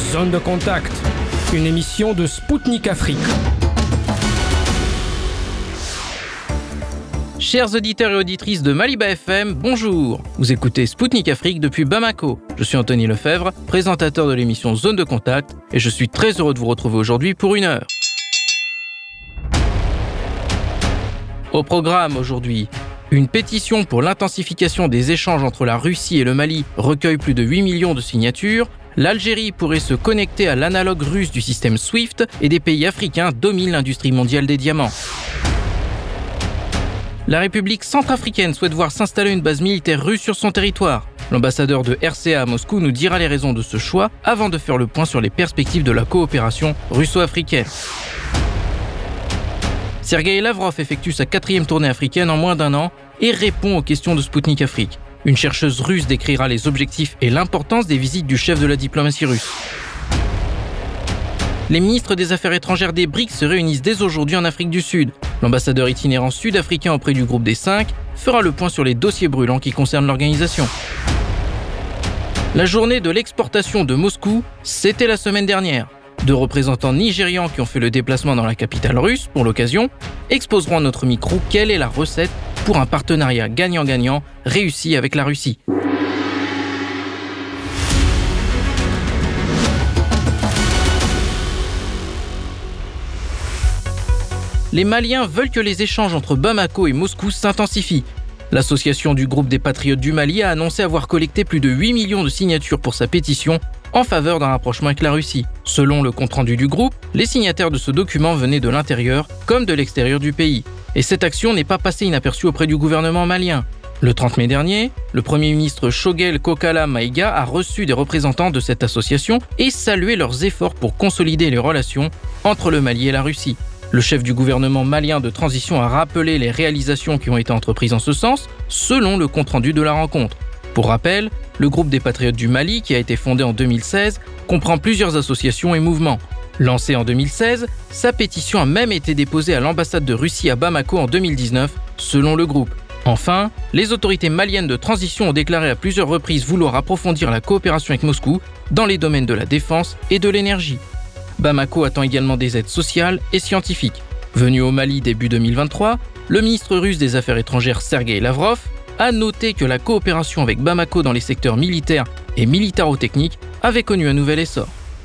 Zone de contact, une émission de Spoutnik Afrique. Chers auditeurs et auditrices de Maliba FM, bonjour. Vous écoutez Spoutnik Afrique depuis Bamako. Je suis Anthony Lefebvre, présentateur de l'émission Zone de contact, et je suis très heureux de vous retrouver aujourd'hui pour 1 heure. Au programme aujourd'hui, une pétition pour l'intensification des échanges entre la Russie et le Mali recueille plus de 8 millions de signatures. L'Algérie pourrait se connecter à l'analogue russe du système SWIFT et des pays africains dominent l'industrie mondiale des diamants. La République centrafricaine souhaite voir s'installer une base militaire russe sur son territoire. L'ambassadeur de RCA à Moscou nous dira les raisons de ce choix avant de faire le point sur les perspectives de la coopération russo-africaine. Sergueï Lavrov effectue sa 4e tournée africaine en moins d'1 an et répond aux questions de Spoutnik Afrique. Une chercheuse russe décrira les objectifs et l'importance des visites du chef de la diplomatie russe. Les ministres des Affaires étrangères des BRICS se réunissent dès aujourd'hui en Afrique du Sud. L'ambassadeur itinérant sud-africain auprès du groupe des 5 fera le point sur les dossiers brûlants qui concernent l'organisation. La journée de l'exportation de Moscou, c'était la semaine dernière. 2 représentants nigérians qui ont fait le déplacement dans la capitale russe pour l'occasion exposeront à notre micro quelle est la recette pour un partenariat gagnant-gagnant réussi avec la Russie. Les Maliens veulent que les échanges entre Bamako et Moscou s'intensifient. L'association du groupe des Patriotes du Mali a annoncé avoir collecté plus de 8 millions de signatures pour sa pétition en faveur d'un rapprochement avec la Russie. Selon le compte-rendu du groupe, les signataires de ce document venaient de l'intérieur comme de l'extérieur du pays. Et cette action n'est pas passée inaperçue auprès du gouvernement malien. Le 30 mai dernier, le Premier ministre Choguel Kokala Maïga a reçu des représentants de cette association et salué leurs efforts pour consolider les relations entre le Mali et la Russie. Le chef du gouvernement malien de transition a rappelé les réalisations qui ont été entreprises en ce sens, selon le compte-rendu de la rencontre. Pour rappel, le groupe des Patriotes du Mali, qui a été fondé en 2016, comprend plusieurs associations et mouvements. Lancé en 2016, sa pétition a même été déposée à l'ambassade de Russie à Bamako en 2019, selon le groupe. Enfin, les autorités maliennes de transition ont déclaré à plusieurs reprises vouloir approfondir la coopération avec Moscou dans les domaines de la défense et de l'énergie. Bamako attend également des aides sociales et scientifiques. Venu au Mali début 2023, le ministre russe des Affaires étrangères Sergueï Lavrov a noté que la coopération avec Bamako dans les secteurs militaires et militaro-techniques avait connu un nouvel essor.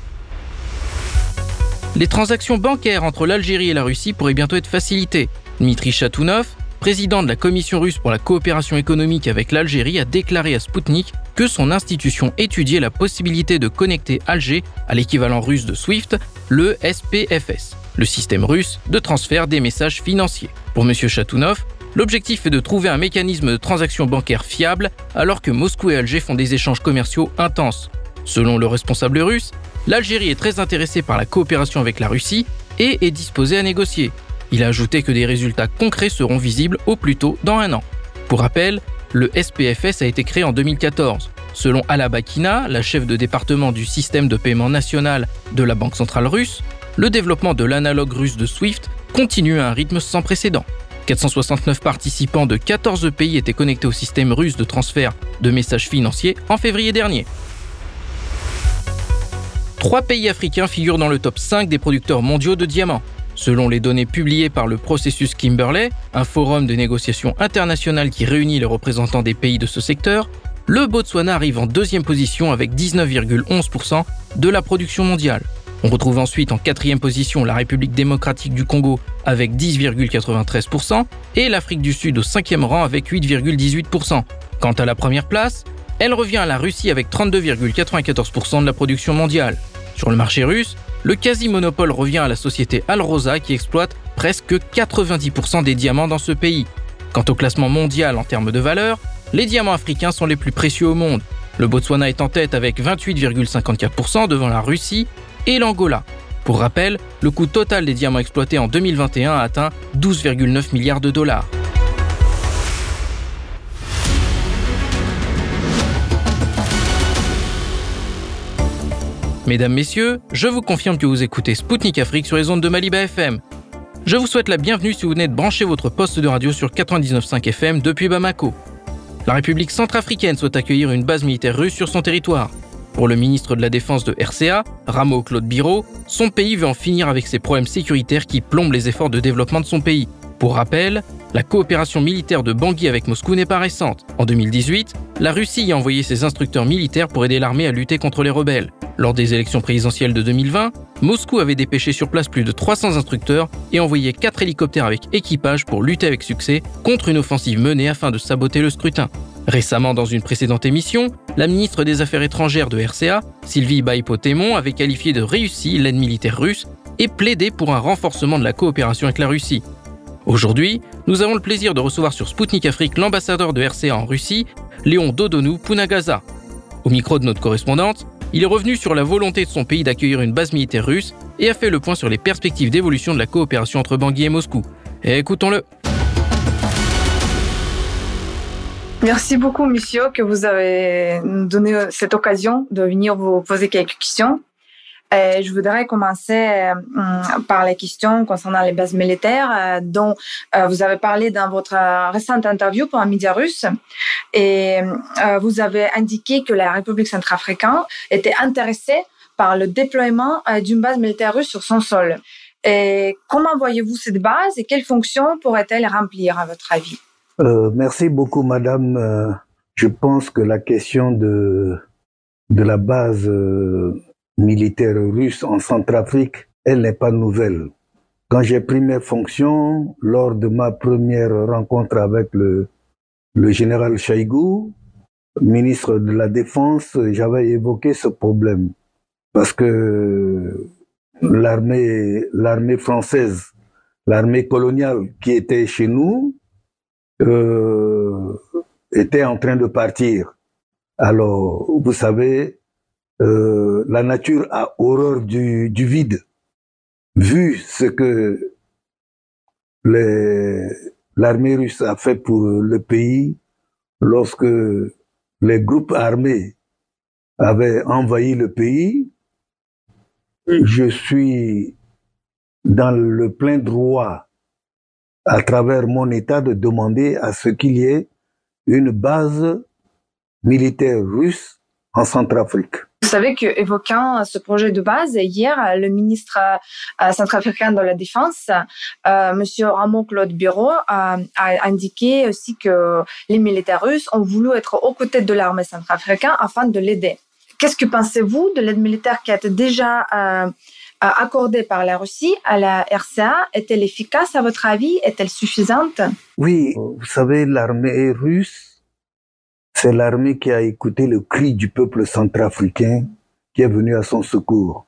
Les transactions bancaires entre l'Algérie et la Russie pourraient bientôt être facilitées. Dmitri Chatounov, président de la Commission russe pour la coopération économique avec l'Algérie, a déclaré à Spoutnik que son institution étudiait la possibilité de connecter Alger à l'équivalent russe de SWIFT, le SPFS, le système russe de transfert des messages financiers. Pour M. Chatounov, l'objectif est de trouver un mécanisme de transaction bancaire fiable alors que Moscou et Alger font des échanges commerciaux intenses. Selon le responsable russe, l'Algérie est très intéressée par la coopération avec la Russie et est disposée à négocier. Il a ajouté que des résultats concrets seront visibles au plus tôt dans 1 an. Pour rappel, le SPFS a été créé en 2014. Selon Alla Bakhina, la chef de département du système de paiement national de la Banque centrale russe, le développement de l'analogue russe de SWIFT continue à un rythme sans précédent. 469 participants de 14 pays étaient connectés au système russe de transfert de messages financiers en février dernier. 3 pays africains figurent dans le top 5 des producteurs mondiaux de diamants. Selon les données publiées par le processus Kimberley, un forum de négociation internationale qui réunit les représentants des pays de ce secteur, le Botswana arrive en 2e position avec 19,11% de la production mondiale. On retrouve ensuite en 4e position la République démocratique du Congo avec 10,93% et l'Afrique du Sud au 5e rang avec 8,18%. Quant à la première place, elle revient à la Russie avec 32,94% de la production mondiale. Sur le marché russe, le quasi-monopole revient à la société Alrosa qui exploite presque 90% des diamants dans ce pays. Quant au classement mondial en termes de valeur, les diamants africains sont les plus précieux au monde. Le Botswana est en tête avec 28,54% devant la Russie et l'Angola. Pour rappel, le coût total des diamants exploités en 2021 a atteint 12,9 milliards de dollars. Mesdames, Messieurs, je vous confirme que vous écoutez Spoutnik Afrique sur les ondes de Maliba FM. Je vous souhaite la bienvenue si vous venez de brancher votre poste de radio sur 99.5 FM depuis Bamako. La République centrafricaine souhaite accueillir une base militaire russe sur son territoire. Pour le ministre de la Défense de RCA, Ramo Claude Biro, son pays veut en finir avec ces problèmes sécuritaires qui plombent les efforts de développement de son pays. Pour rappel, la coopération militaire de Bangui avec Moscou n'est pas récente. En 2018, la Russie y a envoyé ses instructeurs militaires pour aider l'armée à lutter contre les rebelles. Lors des élections présidentielles de 2020, Moscou avait dépêché sur place plus de 300 instructeurs et envoyé 4 hélicoptères avec équipage pour lutter avec succès contre une offensive menée afin de saboter le scrutin. Récemment, dans une précédente émission, la ministre des Affaires étrangères de RCA, Sylvie Baipo-Témon, avait qualifié de réussie l'aide militaire russe et plaidé pour un renforcement de la coopération avec la Russie. Aujourd'hui, nous avons le plaisir de recevoir sur Spoutnik Afrique l'ambassadeur de RCA en Russie, Léon Dodonou Punagaza. Au micro de notre correspondante, il est revenu sur la volonté de son pays d'accueillir une base militaire russe et a fait le point sur les perspectives d'évolution de la coopération entre Bangui et Moscou. Écoutons-le. Merci beaucoup, monsieur, que vous avez donné cette occasion de venir vous poser quelques questions. Je voudrais commencer par les questions concernant les bases militaires dont vous avez parlé dans votre récente interview pour un média russe. Et vous avez indiqué que la République centrafricaine était intéressée par le déploiement d'une base militaire russe sur son sol. Et comment voyez-vous cette base et quelles fonctions pourrait-elle remplir, à votre avis? Merci beaucoup, madame. Je pense que la question de la base militaire russe en Centrafrique, elle n'est pas nouvelle. Quand j'ai pris mes fonctions, lors de ma première rencontre avec le général Chaïgou, ministre de la Défense, j'avais évoqué ce problème. Parce que l'armée française, l'armée coloniale qui était chez nous, était en train de partir. Alors, vous savez, la nature a horreur du vide. Vu ce que l'armée russe a fait pour le pays, lorsque les groupes armés avaient envahi le pays, je suis dans le plein droit, à travers mon État, de demander à ce qu'il y ait une base militaire russe en Centrafrique. Vous savez qu'évoquant ce projet de base, hier, le ministre centrafricain de la Défense, Monsieur Ramo Claude Biro, a indiqué aussi que les militaires russes ont voulu être aux côtés de l'armée centrafricaine afin de l'aider. Qu'est-ce que pensez-vous de l'aide militaire qui a été déjà accordée par la Russie à la RCA? Est-elle efficace à votre avis? Est-elle suffisante? Oui, vous savez, l'armée russe, c'est l'armée qui a écouté le cri du peuple centrafricain qui est venu à son secours.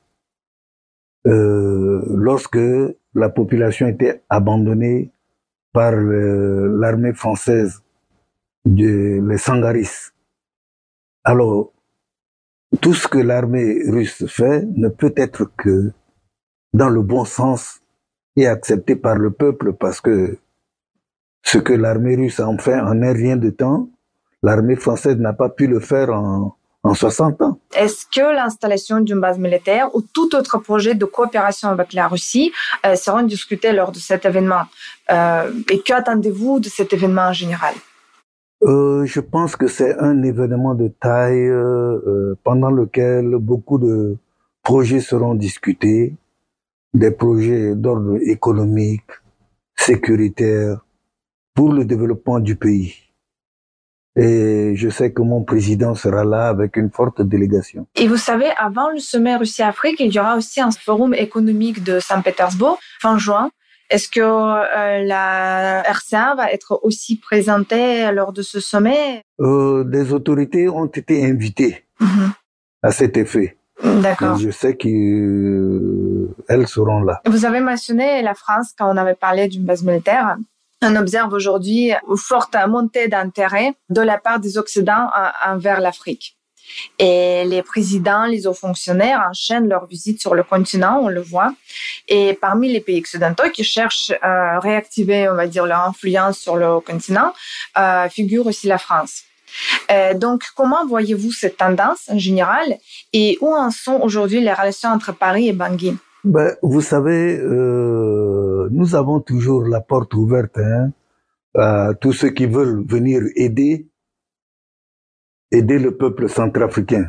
Lorsque la population était abandonnée par l'armée française, les Sangaris. Alors, tout ce que l'armée russe fait ne peut être que dans le bon sens et accepté par le peuple, parce que ce que l'armée russe a fait en un rien de temps, l'armée française n'a pas pu le faire en 60 ans. Est-ce que l'installation d'une base militaire ou tout autre projet de coopération avec la Russie seront discutés lors de cet événement? Et qu'attendez-vous de cet événement en général? Je pense que c'est un événement de taille pendant lequel beaucoup de projets seront discutés, des projets d'ordre économique, sécuritaire, pour le développement du pays. Et je sais que mon président sera là avec une forte délégation. Et vous savez, avant le sommet Russie-Afrique, il y aura aussi un forum économique de Saint-Pétersbourg, fin juin. Est-ce que la RCA va être aussi présentée lors de ce sommet? Des autorités ont été invitées à cet effet. D'accord. Et je sais qu'elles seront là. Vous avez mentionné la France quand on avait parlé d'une base militaire. On observe aujourd'hui une forte montée d'intérêt de la part des Occidentaux envers l'Afrique. Et les présidents, les hauts fonctionnaires enchaînent leurs visites sur le continent, on le voit. Et parmi les pays occidentaux qui cherchent à réactiver, on va dire, leur influence sur le continent, figure aussi la France. Donc, comment voyez-vous cette tendance en général et où en sont aujourd'hui les relations entre Paris et Bangui? Vous savez, nous avons toujours la porte ouverte à tous ceux qui veulent venir aider le peuple centrafricain.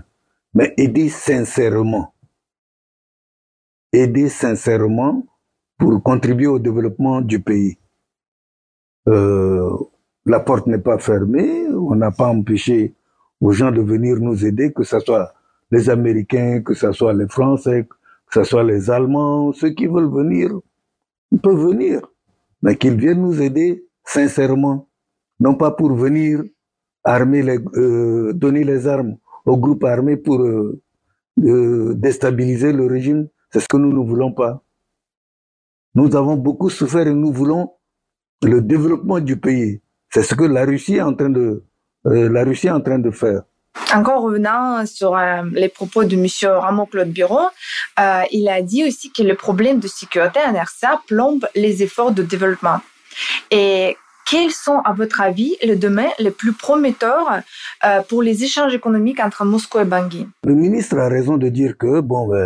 mais aider sincèrement. Aider sincèrement pour contribuer au développement du pays. La porte n'est pas fermée, on n'a pas empêché aux gens de venir nous aider, que ce soit les Américains, que ce soit les Français, que ce soit les Allemands, ceux qui veulent venir, ils peuvent venir, mais qu'ils viennent nous aider sincèrement, non pas pour venir donner les armes aux groupes armés pour déstabiliser le régime. C'est ce que nous ne voulons pas. Nous avons beaucoup souffert et nous voulons le développement du pays. C'est ce que la Russie est en train de faire. Encore revenant sur les propos de M. Ramon-Claude Biron, il a dit aussi que le problème de sécurité en RCA plombe les efforts de développement. Et quels sont, à votre avis, les domaines les plus prometteurs pour les échanges économiques entre Moscou et Bangui? Le ministre a raison de dire que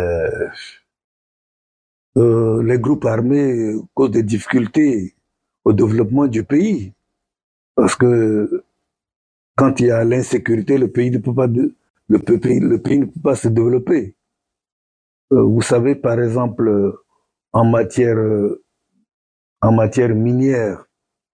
les groupes armés causent des difficultés au développement du pays. Parce que quand il y a l'insécurité, le pays ne peut pas se développer. Vous savez, par exemple, en matière minière,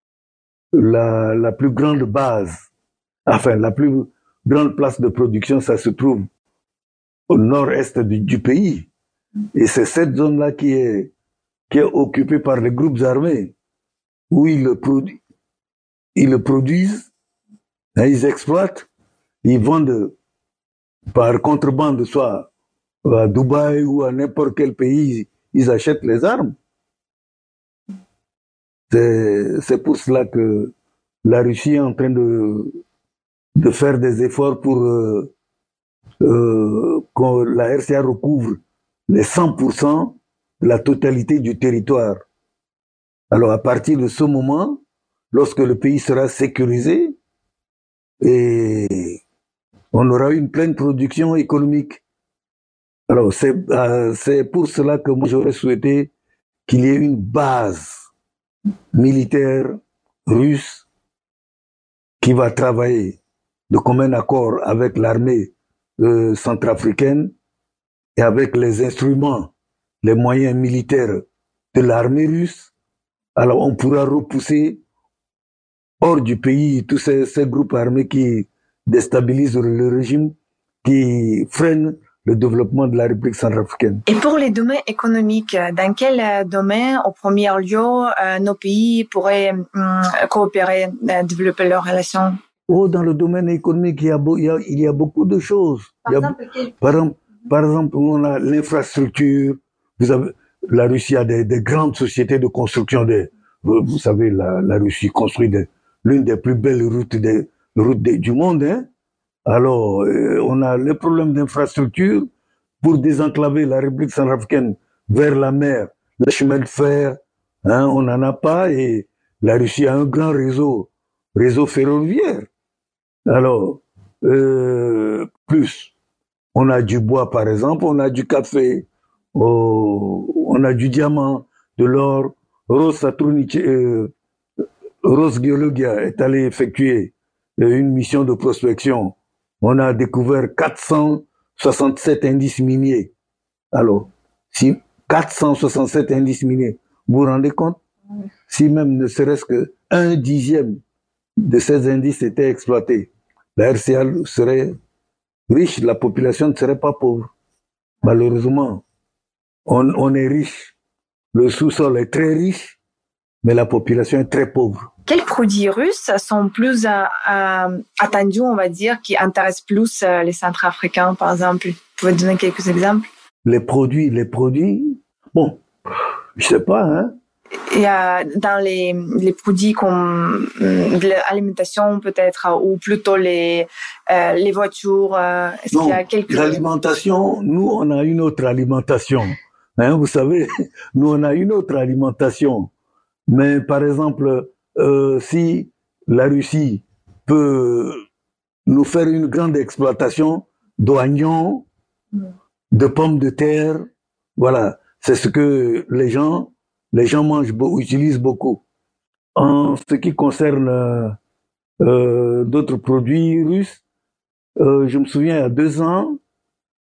la plus grande base, enfin la plus grande place de production, ça se trouve au nord-est du pays. Et c'est cette zone-là qui est occupée par les groupes armés, où ils le produisent, hein, ils exploitent, ils vendent par contrebande, soit à Dubaï ou à n'importe quel pays, ils achètent les armes. C'est pour cela que la Russie est en train de faire des efforts pour que la RCA recouvre les 100% de la totalité du territoire. Alors à partir de ce moment, lorsque le pays sera sécurisé, et on aura une pleine production économique. Alors c'est pour cela que moi j'aurais souhaité qu'il y ait une base militaire russe qui va travailler de commun accord avec l'armée centrafricaine et avec les instruments, les moyens militaires de l'armée russe. Alors on pourra repousser hors du pays tous ces groupes armés qui déstabilisent le régime, qui freinent le développement de la République centrafricaine. Et pour les domaines économiques, dans quel domaine, au premier lieu, nos pays pourraient coopérer, développer leurs relations? Dans le domaine économique, il y a beaucoup de choses. Par exemple, on a l'infrastructure. La Russie a des grandes sociétés de construction. Vous savez, la Russie construit l'une des plus belles routes du monde. Hein? Alors, on a le problème d'infrastructure pour désenclaver la République centrafricaine vers la mer. Le chemin de fer, hein, on n'en a pas, et la Russie a un grand réseau ferroviaire. Alors, plus, on a du bois par exemple, on a du café, on a du diamant, de l'or. Rosgeologia est allé effectuer une mission de prospection. On a découvert 467 indices miniers. Alors, si 467 indices miniers, vous vous rendez compte? Si même ne serait-ce que 1/10 de ces indices étaient exploités, la RCA serait riche, la population ne serait pas pauvre. Malheureusement, on est riche. Le sous-sol est très riche, mais la population est très pauvre. Quels produits russes sont plus attendus, on va dire, qui intéressent plus les Centrafricains, par exemple? Vous pouvez donner quelques exemples? Les produits, bon, je sais pas, hein. Il y a dans les produits comme l'alimentation peut-être, ou plutôt les voitures. Est-ce qu'il y a quelques... L'alimentation, nous on a une autre alimentation. Hein, vous savez, nous on a une autre alimentation. Mais par exemple, si la Russie peut nous faire une grande exploitation d'oignons, de pommes de terre, voilà, c'est ce que les gens mangent, utilisent beaucoup. En ce qui concerne d'autres produits russes, je me souviens il y a 2 ans,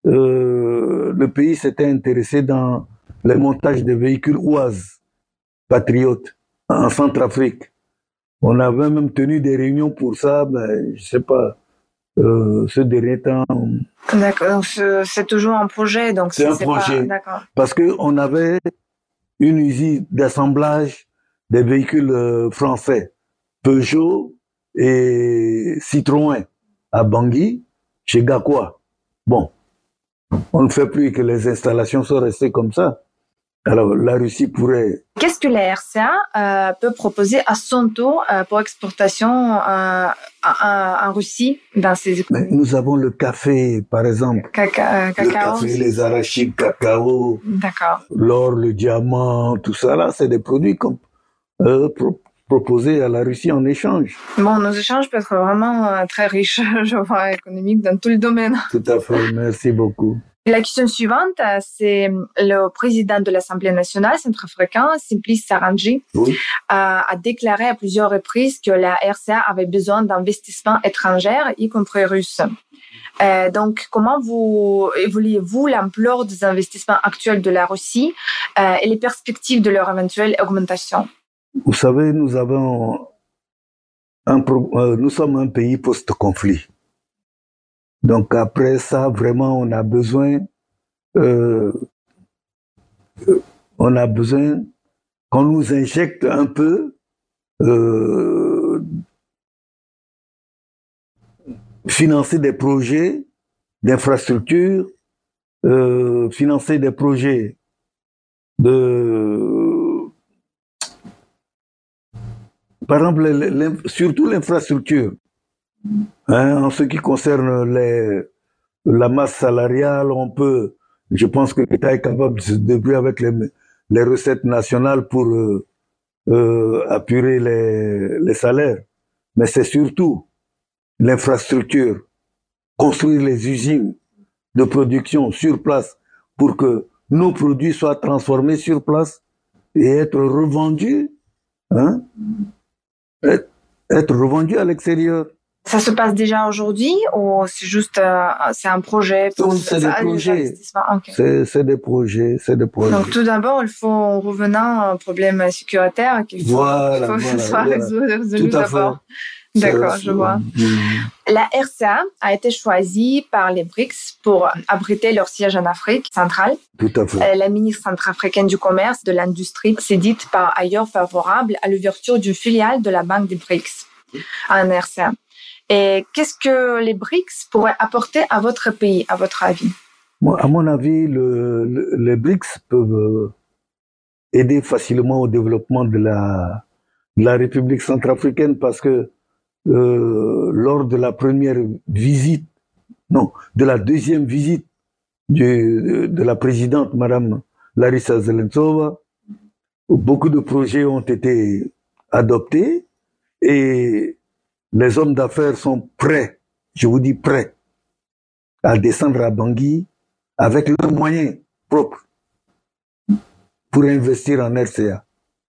le pays s'était intéressé dans le montage des véhicules Oise, patriotes, en Centrafrique. On avait même tenu des réunions pour ça, mais je sais pas, ce dernier temps. D'accord, c'est toujours un projet, donc c'est un projet. D'accord. Parce qu'on avait une usine d'assemblage des véhicules français, Peugeot et Citroën, à Bangui, chez Gakwa. Bon, on ne fait plus que les installations sont restées comme ça. Alors, la Russie pourrait... Qu'est-ce que la RCA peut proposer à son tour pour exportation en Russie dans ces économies? Nous avons le café, par exemple. Cacao. Le café, les arachides, cacao, l'or, le diamant, tout ça, là, c'est des produits proposés à la Russie en échange. Bon, nos échanges peuvent être vraiment très riches, je vois, économiques dans tout le domaine. Tout à fait, merci beaucoup. La question suivante, c'est le président de l'Assemblée nationale centrafricaine, Simplice Sarandji, oui, a déclaré à plusieurs reprises que la RCA avait besoin d'investissements étrangers, y compris russes. Donc, comment évaluez-vous l'ampleur des investissements actuels de la Russie et les perspectives de leur éventuelle augmentation? Vous savez, nous sommes un pays post-conflit. Donc après ça, vraiment, on a besoin qu'on nous injecte un peu, financer des projets d'infrastructure, financer des projets par exemple, surtout l'infrastructure. En ce qui concerne la masse salariale, je pense que l'État est capable de se débrouiller avec les recettes nationales pour apurer les salaires. Mais c'est surtout l'infrastructure, construire les usines de production sur place pour que nos produits soient transformés sur place et être revendus, être revendus à l'extérieur. Ça se passe déjà aujourd'hui ou c'est juste c'est un projet? C'est des projets. Okay. C'est des projets. Donc tout d'abord, il faut en revenant à un problème sécuritaire qu'il faut, soit résolu d'abord. D'accord, je vois. La RCA a été choisie par les BRICS pour abriter leur siège en Afrique centrale. Tout à fait. La ministre centrafricaine du Commerce et de l'Industrie s'est dite par ailleurs favorable à l'ouverture d'une filiale de la Banque des BRICS en RCA. Et qu'est-ce que les BRICS pourraient apporter à votre pays, à votre avis? À mon avis, les BRICS peuvent aider facilement au développement de la République centrafricaine parce que lors de la deuxième visite de la présidente, Madame Larissa Zelensova, beaucoup de projets ont été adoptés et les hommes d'affaires sont prêts, je vous dis prêts, à descendre à Bangui avec leurs moyens propres pour investir en RCA.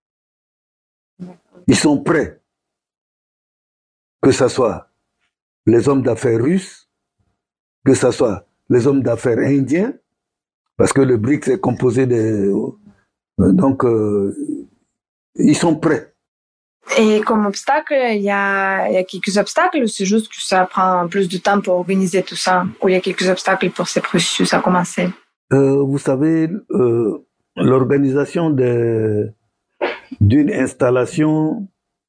Ils sont prêts, que ce soit les hommes d'affaires russes, que ce soit les hommes d'affaires indiens, parce que le BRICS est composé donc, ils sont prêts. Et comme obstacle, il y a quelques obstacles ou c'est juste que ça prend plus de temps pour organiser tout ça? Ou il y a quelques obstacles pour ces processus à commencer? Vous savez, l'organisation d'une installation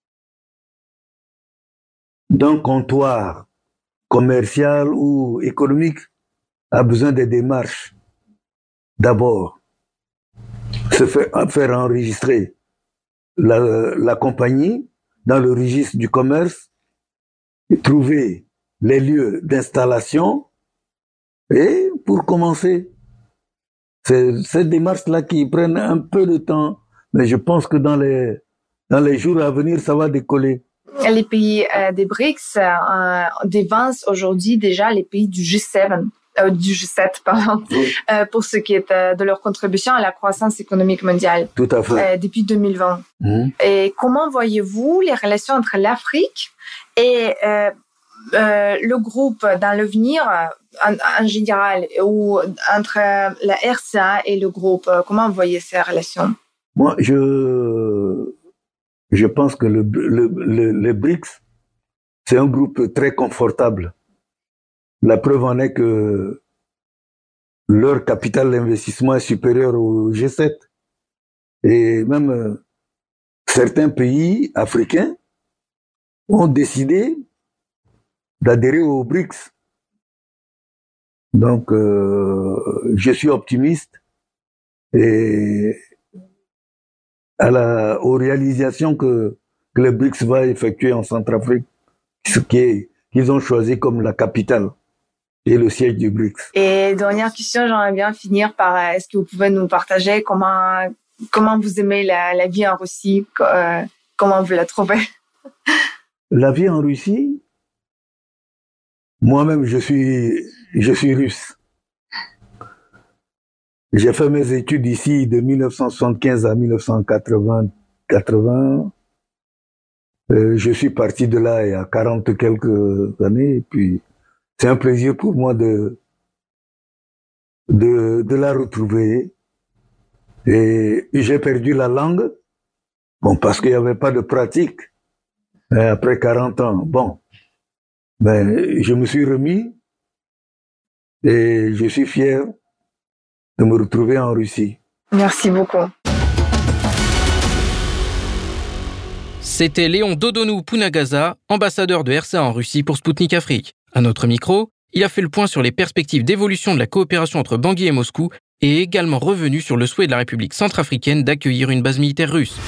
d'un comptoir commercial ou économique a besoin de démarches. D'abord, faire enregistrer la compagnie dans le registre du commerce, trouver les lieux d'installation et pour commencer. C'est ces démarches-là qui prennent un peu de temps, mais je pense que dans les jours à venir, ça va décoller. Les pays des BRICS dévancent aujourd'hui déjà les pays du G7. Oui. Pour ce qui est de leur contribution à la croissance économique mondiale. Tout à fait. Depuis 2020. Et comment voyez-vous les relations entre l'Afrique et le groupe dans l'avenir, en général, ou entre la RCA et le groupe, comment vous voyez ces relations? Moi, je pense que les BRICS, c'est un groupe très confortable. La preuve en est que leur capital d'investissement est supérieur au G7. Et même certains pays africains ont décidé d'adhérer aux BRICS. Donc, je suis optimiste et aux réalisations que le BRICS va effectuer en Centrafrique, ce qu'ils ont choisi comme la capitale et le siège du BRICS. Et dernière question, j'aimerais bien finir par, est-ce que vous pouvez nous partager comment vous aimez la vie en Russie, comment vous la trouvez? La vie en Russie, moi-même, je suis russe. J'ai fait mes études ici de 1975 à 1980. Je suis parti de là il y a 40 quelques années. Et puis, c'est un plaisir pour moi de la retrouver. Et j'ai perdu la langue, parce qu'il n'y avait pas de pratique. Après 40 ans, je me suis remis et je suis fier de me retrouver en Russie. Merci beaucoup. C'était Léon Dodonou Punagaza, ambassadeur de RCA en Russie pour Spoutnik Afrique. À notre micro, il a fait le point sur les perspectives d'évolution de la coopération entre Bangui et Moscou et est également revenu sur le souhait de la République centrafricaine d'accueillir une base militaire russe.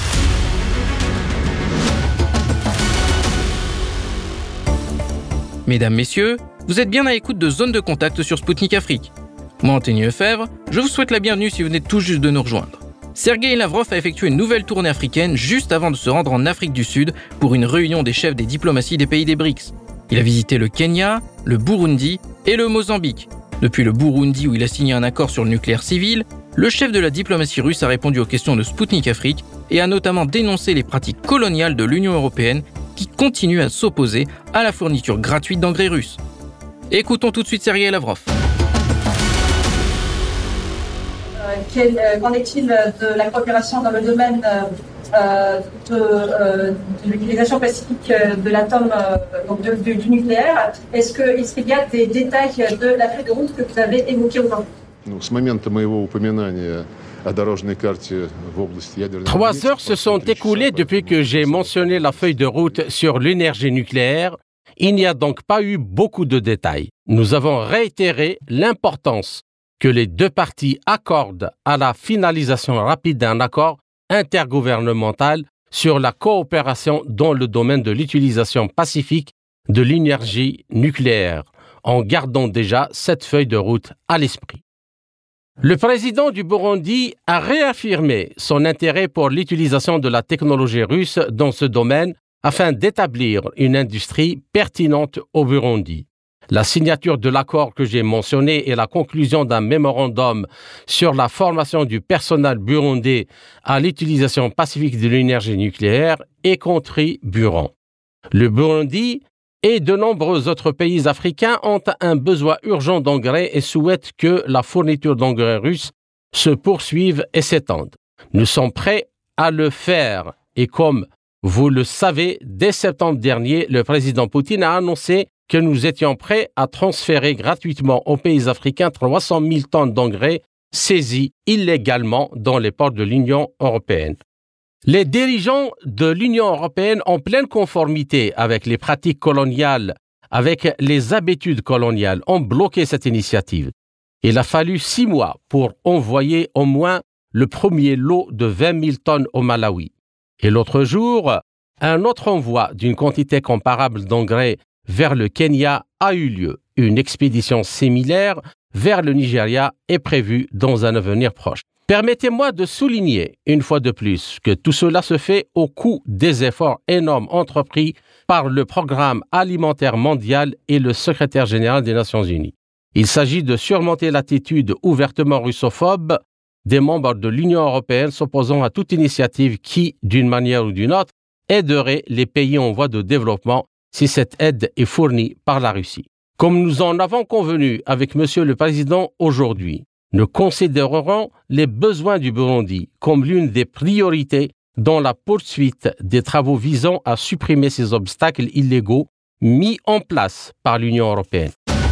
Mesdames, Messieurs, vous êtes bien à l'écoute de Zone de Contact sur Spoutnik Afrique. Moi, Anthony Lefebvre, je vous souhaite la bienvenue si vous venez tout juste de nous rejoindre. Sergueï Lavrov a effectué une nouvelle tournée africaine juste avant de se rendre en Afrique du Sud pour une réunion des chefs des diplomaties des pays des BRICS. Il a visité le Kenya, le Burundi et le Mozambique. Depuis le Burundi où il a signé un accord sur le nucléaire civil, le chef de la diplomatie russe a répondu aux questions de Spoutnik Afrique et a notamment dénoncé les pratiques coloniales de l'Union européenne qui continue à s'opposer à la fourniture gratuite d'engrais russes. Écoutons tout de suite Sergueï Lavrov. Qu'en est-il de la coopération dans le domaine de l'utilisation pacifique de l'atome, donc du nucléaire? Est-ce qu'il y a des détails de la feuille de route que vous avez évoquée aujourd'hui? С момента моего упоминания о дорожной карте в области ядерной... 3 heures se sont écoulées depuis que j'ai mentionné la feuille de route sur l'énergie nucléaire. Il n'y a donc pas eu beaucoup de détails. Nous avons réitéré l'importance que les deux parties accordent à la finalisation rapide d'un accord intergouvernemental sur la coopération dans le domaine de l'utilisation pacifique de l'énergie nucléaire, en gardant déjà cette feuille de route à l'esprit. Le président du Burundi a réaffirmé son intérêt pour l'utilisation de la technologie russe dans ce domaine afin d'établir une industrie pertinente au Burundi. La signature de l'accord que j'ai mentionné et la conclusion d'un mémorandum sur la formation du personnel burundais à l'utilisation pacifique de l'énergie nucléaire est contribuant. Le Burundi et de nombreux autres pays africains ont un besoin urgent d'engrais et souhaitent que la fourniture d'engrais russes se poursuive et s'étende. Nous sommes prêts à le faire et comme vous le savez, dès septembre dernier, le président Poutine a annoncé que nous étions prêts à transférer gratuitement aux pays africains 300 000 tonnes d'engrais saisis illégalement dans les ports de l'Union européenne. Les dirigeants de l'Union européenne, en pleine conformité avec les pratiques coloniales, avec les habitudes coloniales, ont bloqué cette initiative. Il a fallu 6 mois pour envoyer au moins le premier lot de 20 000 tonnes au Malawi. Et l'autre jour, un autre envoi d'une quantité comparable d'engrais vers le Kenya a eu lieu. Une expédition similaire vers le Nigeria est prévue dans un avenir proche. Permettez-moi de souligner une fois de plus que tout cela se fait au coût des efforts énormes entrepris par le Programme alimentaire mondial et le secrétaire général des Nations Unies. Il s'agit de surmonter l'attitude ouvertement russophobe des membres de l'Union européenne s'opposant à toute initiative qui, d'une manière ou d'une autre, aiderait les pays en voie de développement si cette aide est fournie par la Russie. Comme nous en avons convenu avec Monsieur le Président aujourd'hui, nous considérerons les besoins du Burundi comme l'une des priorités dans la poursuite des travaux visant à supprimer ces obstacles illégaux mis en place par l'Union européenne.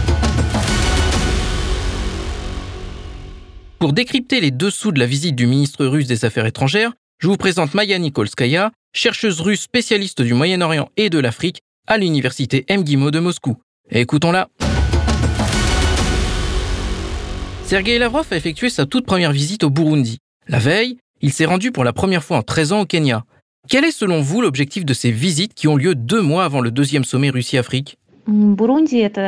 Pour décrypter les dessous de la visite du ministre russe des Affaires étrangères, je vous présente Maya Nikolskaya, chercheuse russe spécialiste du Moyen-Orient et de l'Afrique à l'université MGIMO de Moscou. Écoutons-la. Sergueï Lavrov a effectué sa toute première visite au Burundi. La veille, il s'est rendu pour la première fois en 13 ans au Kenya. Quel est selon vous l'objectif de ces visites qui ont lieu 2 mois avant le 2e sommet Russie-Afrique ? Le Burundi est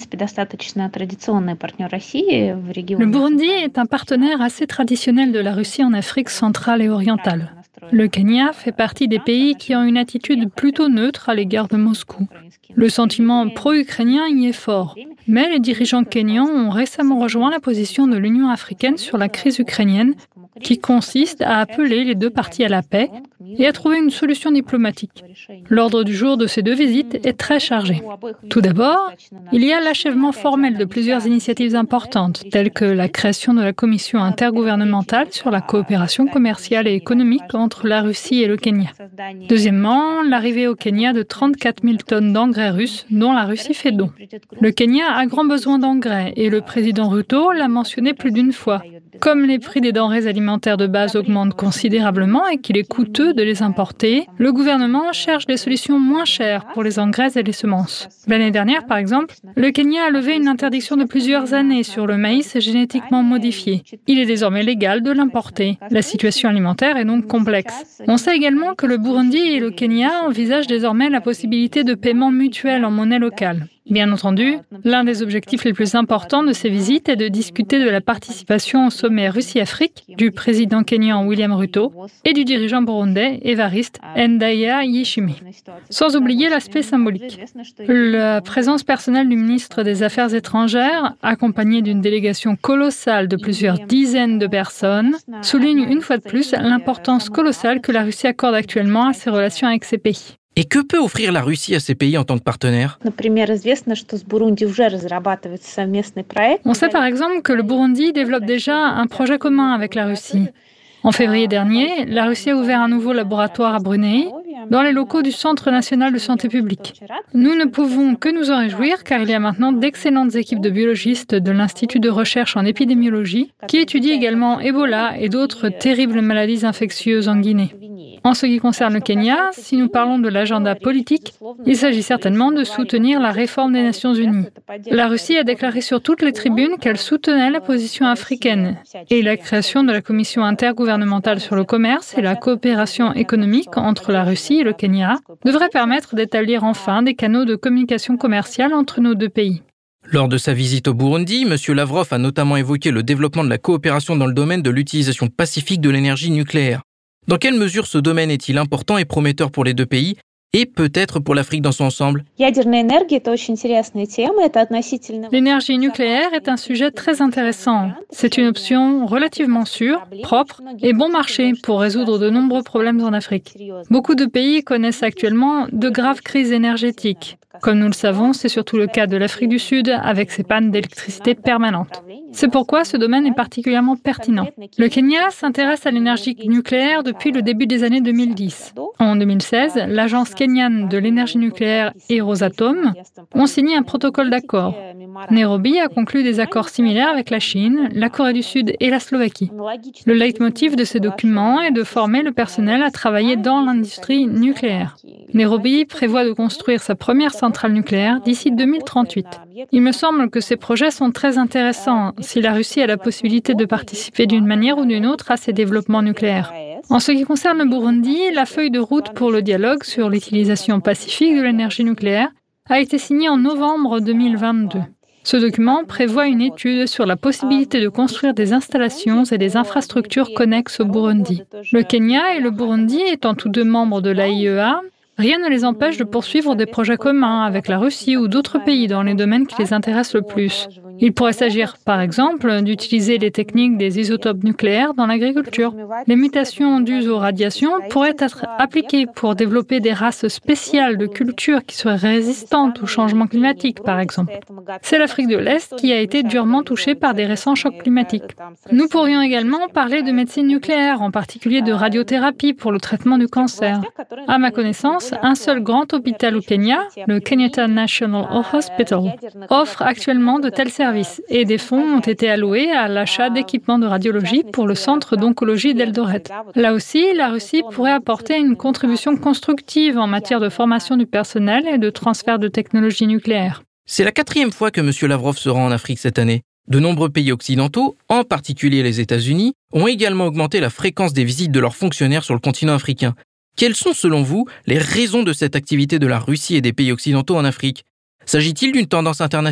un partenaire assez traditionnel de la Russie en Afrique centrale et orientale. Le Kenya fait partie des pays qui ont une attitude plutôt neutre à l'égard de Moscou. Le sentiment pro-ukrainien y est fort. Mais les dirigeants kenyans ont récemment rejoint la position de l'Union africaine sur la crise ukrainienne, qui consiste à appeler les 2 parties à la paix et à trouver une solution diplomatique. L'ordre du jour de ces 2 visites est très chargé. Tout d'abord, il y a l'achèvement formel de plusieurs initiatives importantes, telles que la création de la commission intergouvernementale sur la coopération commerciale et économique entre la Russie et le Kenya. Deuxièmement, l'arrivée au Kenya de 34 000 tonnes d'engrais russes dont la Russie fait don. Le Kenya a grand besoin d'engrais et le président Ruto l'a mentionné plus d'une fois. Comme les prix des denrées alimentaires de base augmentent considérablement et qu'il est coûteux de les importer, le gouvernement cherche des solutions moins chères pour les engrais et les semences. L'année dernière, par exemple, le Kenya a levé une interdiction de plusieurs années sur le maïs génétiquement modifié. Il est désormais légal de l'importer. La situation alimentaire est donc complexe. On sait également que le Burundi et le Kenya envisagent désormais la possibilité de paiements mutuels en monnaie locale. Bien entendu, l'un des objectifs les plus importants de ces visites est de discuter de la participation au sommet Russie-Afrique du président kenyan William Ruto et du dirigeant burundais Évariste Ndayishimiye. Sans oublier l'aspect symbolique. La présence personnelle du ministre des Affaires étrangères, accompagnée d'une délégation colossale de plusieurs dizaines de personnes, souligne une fois de plus l'importance colossale que la Russie accorde actuellement à ses relations avec ces pays. Et que peut offrir la Russie à ces pays en tant que partenaire ? On sait par exemple que le Burundi développe déjà un projet commun avec la Russie. En février dernier, la Russie a ouvert un nouveau laboratoire à Brunei, dans les locaux du Centre national de santé publique. Nous ne pouvons que nous en réjouir car il y a maintenant d'excellentes équipes de biologistes de l'Institut de recherche en épidémiologie qui étudient également Ebola et d'autres terribles maladies infectieuses en Guinée. En ce qui concerne le Kenya, si nous parlons de l'agenda politique, il s'agit certainement de soutenir la réforme des Nations Unies. La Russie a déclaré sur toutes les tribunes qu'elle soutenait la position africaine et la création de la commission intergouvernementale sur le commerce et la coopération économique entre la Russie et le Kenya devrait permettre d'établir enfin des canaux de communication commerciale entre nos 2 pays. Lors de sa visite au Burundi, M. Lavrov a notamment évoqué le développement de la coopération dans le domaine de l'utilisation pacifique de l'énergie nucléaire. Dans quelle mesure ce domaine est-il important et prometteur pour les 2 pays et peut-être pour l'Afrique dans son ensemble ? L'énergie nucléaire est un sujet très intéressant. C'est une option relativement sûre, propre et bon marché pour résoudre de nombreux problèmes en Afrique. Beaucoup de pays connaissent actuellement de graves crises énergétiques. Comme nous le savons, c'est surtout le cas de l'Afrique du Sud avec ses pannes d'électricité permanentes. C'est pourquoi ce domaine est particulièrement pertinent. Le Kenya s'intéresse à l'énergie nucléaire depuis le début des années 2010. En 2016, l'agence kenyane de l'énergie nucléaire et Rosatom ont signé un protocole d'accord. Nairobi a conclu des accords similaires avec la Chine, la Corée du Sud et la Slovaquie. Le leitmotiv de ces documents est de former le personnel à travailler dans l'industrie nucléaire. Nairobi prévoit de construire sa première centrale nucléaire d'ici 2038. Il me semble que ces projets sont très intéressants si la Russie a la possibilité de participer d'une manière ou d'une autre à ces développements nucléaires. En ce qui concerne le Burundi, la feuille de route pour le dialogue sur l'utilisation pacifique de l'énergie nucléaire a été signée en novembre 2022. Ce document prévoit une étude sur la possibilité de construire des installations et des infrastructures connexes au Burundi. Le Kenya et le Burundi étant tous 2 membres de l'AIEA, rien ne les empêche de poursuivre des projets communs avec la Russie ou d'autres pays dans les domaines qui les intéressent le plus. Il pourrait s'agir, par exemple, d'utiliser les techniques des isotopes nucléaires dans l'agriculture. Les mutations dues aux radiations pourraient être appliquées pour développer des races spéciales de cultures qui seraient résistantes au changement climatique, par exemple. C'est l'Afrique de l'Est qui a été durement touchée par des récents chocs climatiques. Nous pourrions également parler de médecine nucléaire, en particulier de radiothérapie pour le traitement du cancer. À ma connaissance, un seul grand hôpital au Kenya, le Kenyatta National Hospital, offre actuellement de tels services et des fonds ont été alloués à l'achat d'équipements de radiologie pour le centre d'oncologie d'Eldoret. Là aussi, la Russie pourrait apporter une contribution constructive en matière de formation du personnel et de transfert de technologies nucléaires. C'est la 4e fois que M. Lavrov se rend en Afrique cette année. De nombreux pays occidentaux, en particulier les États-Unis, ont également augmenté la fréquence des visites de leurs fonctionnaires sur le continent africain. Quelles sont, selon vous, les raisons de cette activité de la Russie et des pays occidentaux en Afrique ? S'agit-il d'une tendance internationale ?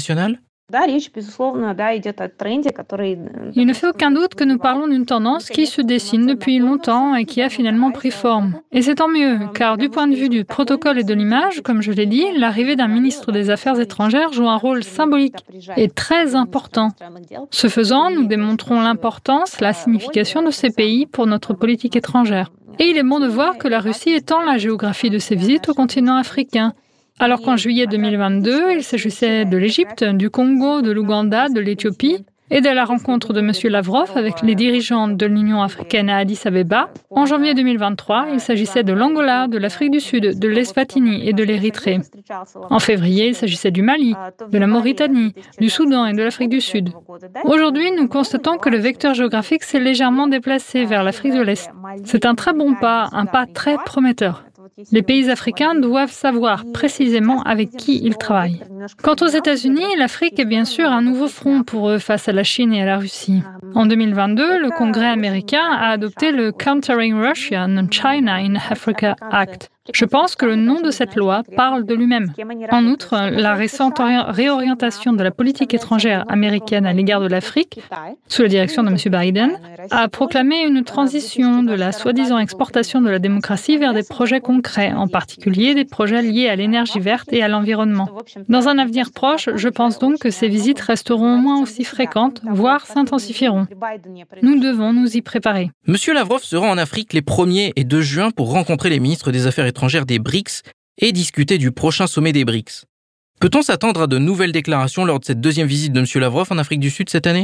Il ne fait aucun doute que nous parlons d'une tendance qui se dessine depuis longtemps et qui a finalement pris forme. Et c'est tant mieux, car du point de vue du protocole et de l'image, comme je l'ai dit, l'arrivée d'un ministre des Affaires étrangères joue un rôle symbolique et très important. Ce faisant, nous démontrons l'importance, la signification de ces pays pour notre politique étrangère. Et il est bon de voir que la Russie étend la géographie de ses visites au continent africain. Alors qu'en juillet 2022, il s'agissait de l'Égypte, du Congo, de l'Ouganda, de l'Éthiopie, et de la rencontre de M. Lavrov avec les dirigeants de l'Union africaine à Addis Abeba. En janvier 2023, il s'agissait de l'Angola, de l'Afrique du Sud, de l'Eswatini et de l'Érythrée. En février, il s'agissait du Mali, de la Mauritanie, du Soudan et de l'Afrique du Sud. Aujourd'hui, nous constatons que le vecteur géographique s'est légèrement déplacé vers l'Afrique de l'Est. C'est un très bon pas, un pas très prometteur. Les pays africains doivent savoir précisément avec qui ils travaillent. Quant aux États-Unis, l'Afrique est bien sûr un nouveau front pour eux face à la Chine et à la Russie. En 2022, le Congrès américain a adopté le Countering Russia and China in Africa Act. Je pense que le nom de cette loi parle de lui-même. En outre, la récente réorientation de la politique étrangère américaine à l'égard de l'Afrique, sous la direction de M. Biden, a proclamé une transition de la soi-disant exportation de la démocratie vers des projets concrets, en particulier des projets liés à l'énergie verte et à l'environnement. Dans un avenir proche, je pense donc que ces visites resteront au moins aussi fréquentes, voire s'intensifieront. Nous devons nous y préparer. M. Lavrov se rend en Afrique les 1er et 2 juin pour rencontrer les ministres des Affaires étrangères des BRICS et discuter du prochain sommet des BRICS. Peut-on s'attendre à de nouvelles déclarations lors de cette 2e visite de M. Lavrov en Afrique du Sud cette année ?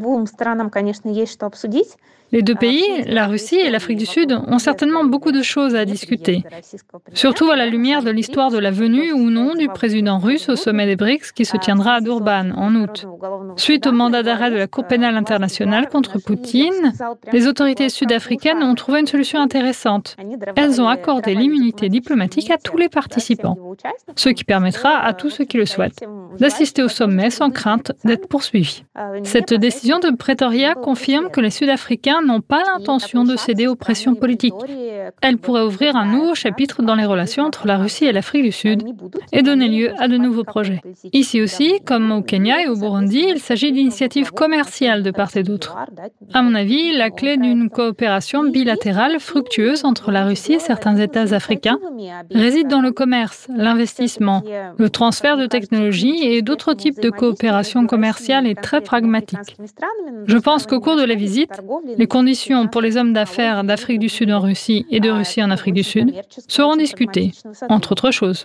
Les deux pays, la Russie et l'Afrique du Sud, ont certainement beaucoup de choses à discuter. Surtout à la lumière de l'histoire de la venue ou non du président russe au sommet des BRICS qui se tiendra à Durban en août. Suite au mandat d'arrêt de la Cour pénale internationale contre Poutine, les autorités sud-africaines ont trouvé une solution intéressante. Elles ont accordé l'immunité diplomatique à tous les participants, ce qui permettra à tous ceux qui le souhaitent d'assister au sommet sans crainte d'être poursuivis. Cette décision de Pretoria confirme que les Sud-Africains n'ont pas l'intention de céder aux pressions politiques. Elle pourrait ouvrir un nouveau chapitre dans les relations entre la Russie et l'Afrique du Sud et donner lieu à de nouveaux projets. Ici aussi, comme au Kenya et au Burundi, il s'agit d'initiatives commerciales de part et d'autre. À mon avis, la clé d'une coopération bilatérale fructueuse entre la Russie et certains États africains réside dans le commerce, l'investissement, le transfert de technologies et d'autres types de coopération commerciale et très pragmatique. Je pense qu'au cours de la visite, les conditions pour les hommes d'affaires d'Afrique du Sud en Russie et de Russie en Afrique du Sud seront discutées, entre autres choses.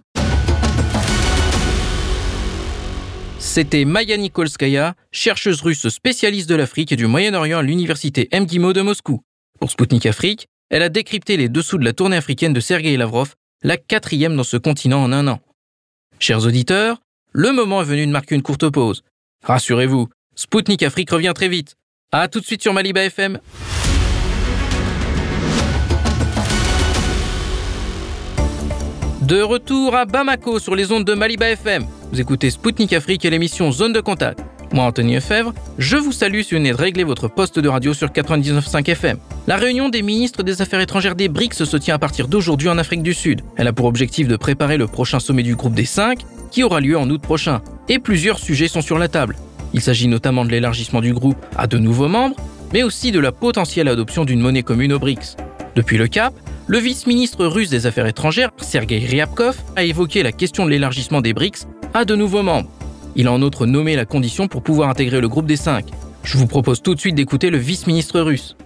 C'était Maya Nikolskaya, chercheuse russe spécialiste de l'Afrique et du Moyen-Orient à l'université MGIMO de Moscou. Pour Spoutnik Afrique, elle a décrypté les dessous de la tournée africaine de Sergueï Lavrov, la 4e dans ce continent en un an. Chers auditeurs, le moment est venu de marquer une courte pause. Rassurez-vous, Spoutnik Afrique revient très vite. À tout de suite sur Maliba FM. De retour à Bamako sur les ondes de Maliba FM. Vous écoutez Spoutnik Afrique et l'émission Zone de Contact. Moi, Anthony Lefebvre, je vous salue si vous venez de régler votre poste de radio sur 99.5 FM. La réunion des ministres des Affaires étrangères des BRICS se tient à partir d'aujourd'hui en Afrique du Sud. Elle a pour objectif de préparer le prochain sommet du groupe des 5 qui aura lieu en août prochain. Et plusieurs sujets sont sur la table. Il s'agit notamment de l'élargissement du groupe à de nouveaux membres, mais aussi de la potentielle adoption d'une monnaie commune aux BRICS. Depuis le Cap, le vice-ministre russe des Affaires étrangères, Sergueï Ryabkov, a évoqué la question de l'élargissement des BRICS à de nouveaux membres. Il a en outre nommé la condition pour pouvoir intégrer le groupe des 5. Je vous propose tout de suite d'écouter le vice-ministre russe.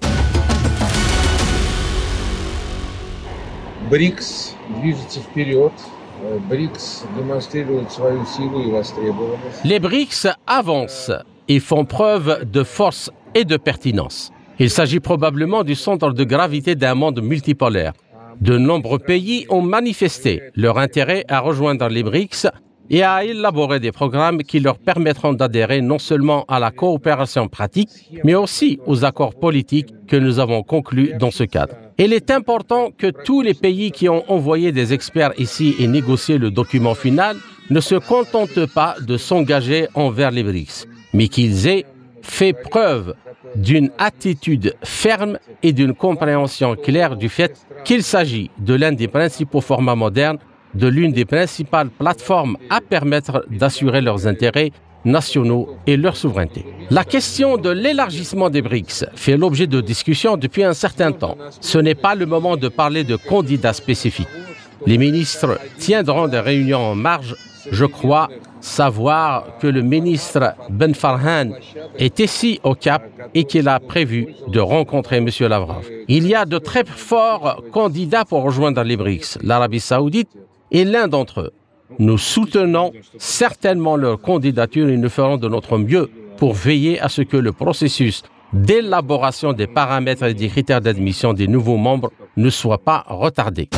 БРИКС движется вперед. БРИКС демонстрирует свою силу и востребованность. Les BRICS avancent et font preuve de force et de pertinence. Il s'agit probablement du centre de gravité d'un monde multipolaire. De nombreux pays ont manifesté leur intérêt à rejoindre les BRICS et à élaborer des programmes qui leur permettront d'adhérer non seulement à la coopération pratique, mais aussi aux accords politiques que nous avons conclus dans ce cadre. Il est important que tous les pays qui ont envoyé des experts ici et négocié le document final ne se contentent pas de s'engager envers les BRICS, mais qu'ils aient fait preuve d'une attitude ferme et d'une compréhension claire du fait qu'il s'agit de l'un des principaux formats modernes, de l'une des principales plateformes à permettre d'assurer leurs intérêts nationaux et leur souveraineté. La question de l'élargissement des BRICS fait l'objet de discussions depuis un certain temps. Ce n'est pas le moment de parler de candidats spécifiques. Les ministres tiendront des réunions en marge. Je crois savoir que le ministre Ben Farhan est ici au Cap et qu'il a prévu de rencontrer M. Lavrov. Il y a de très forts candidats pour rejoindre les BRICS. L'Arabie Saoudite est l'un d'entre eux. Nous soutenons certainement leur candidature et nous ferons de notre mieux pour veiller à ce que le processus d'élaboration des paramètres et des critères d'admission des nouveaux membres ne soit pas retardé.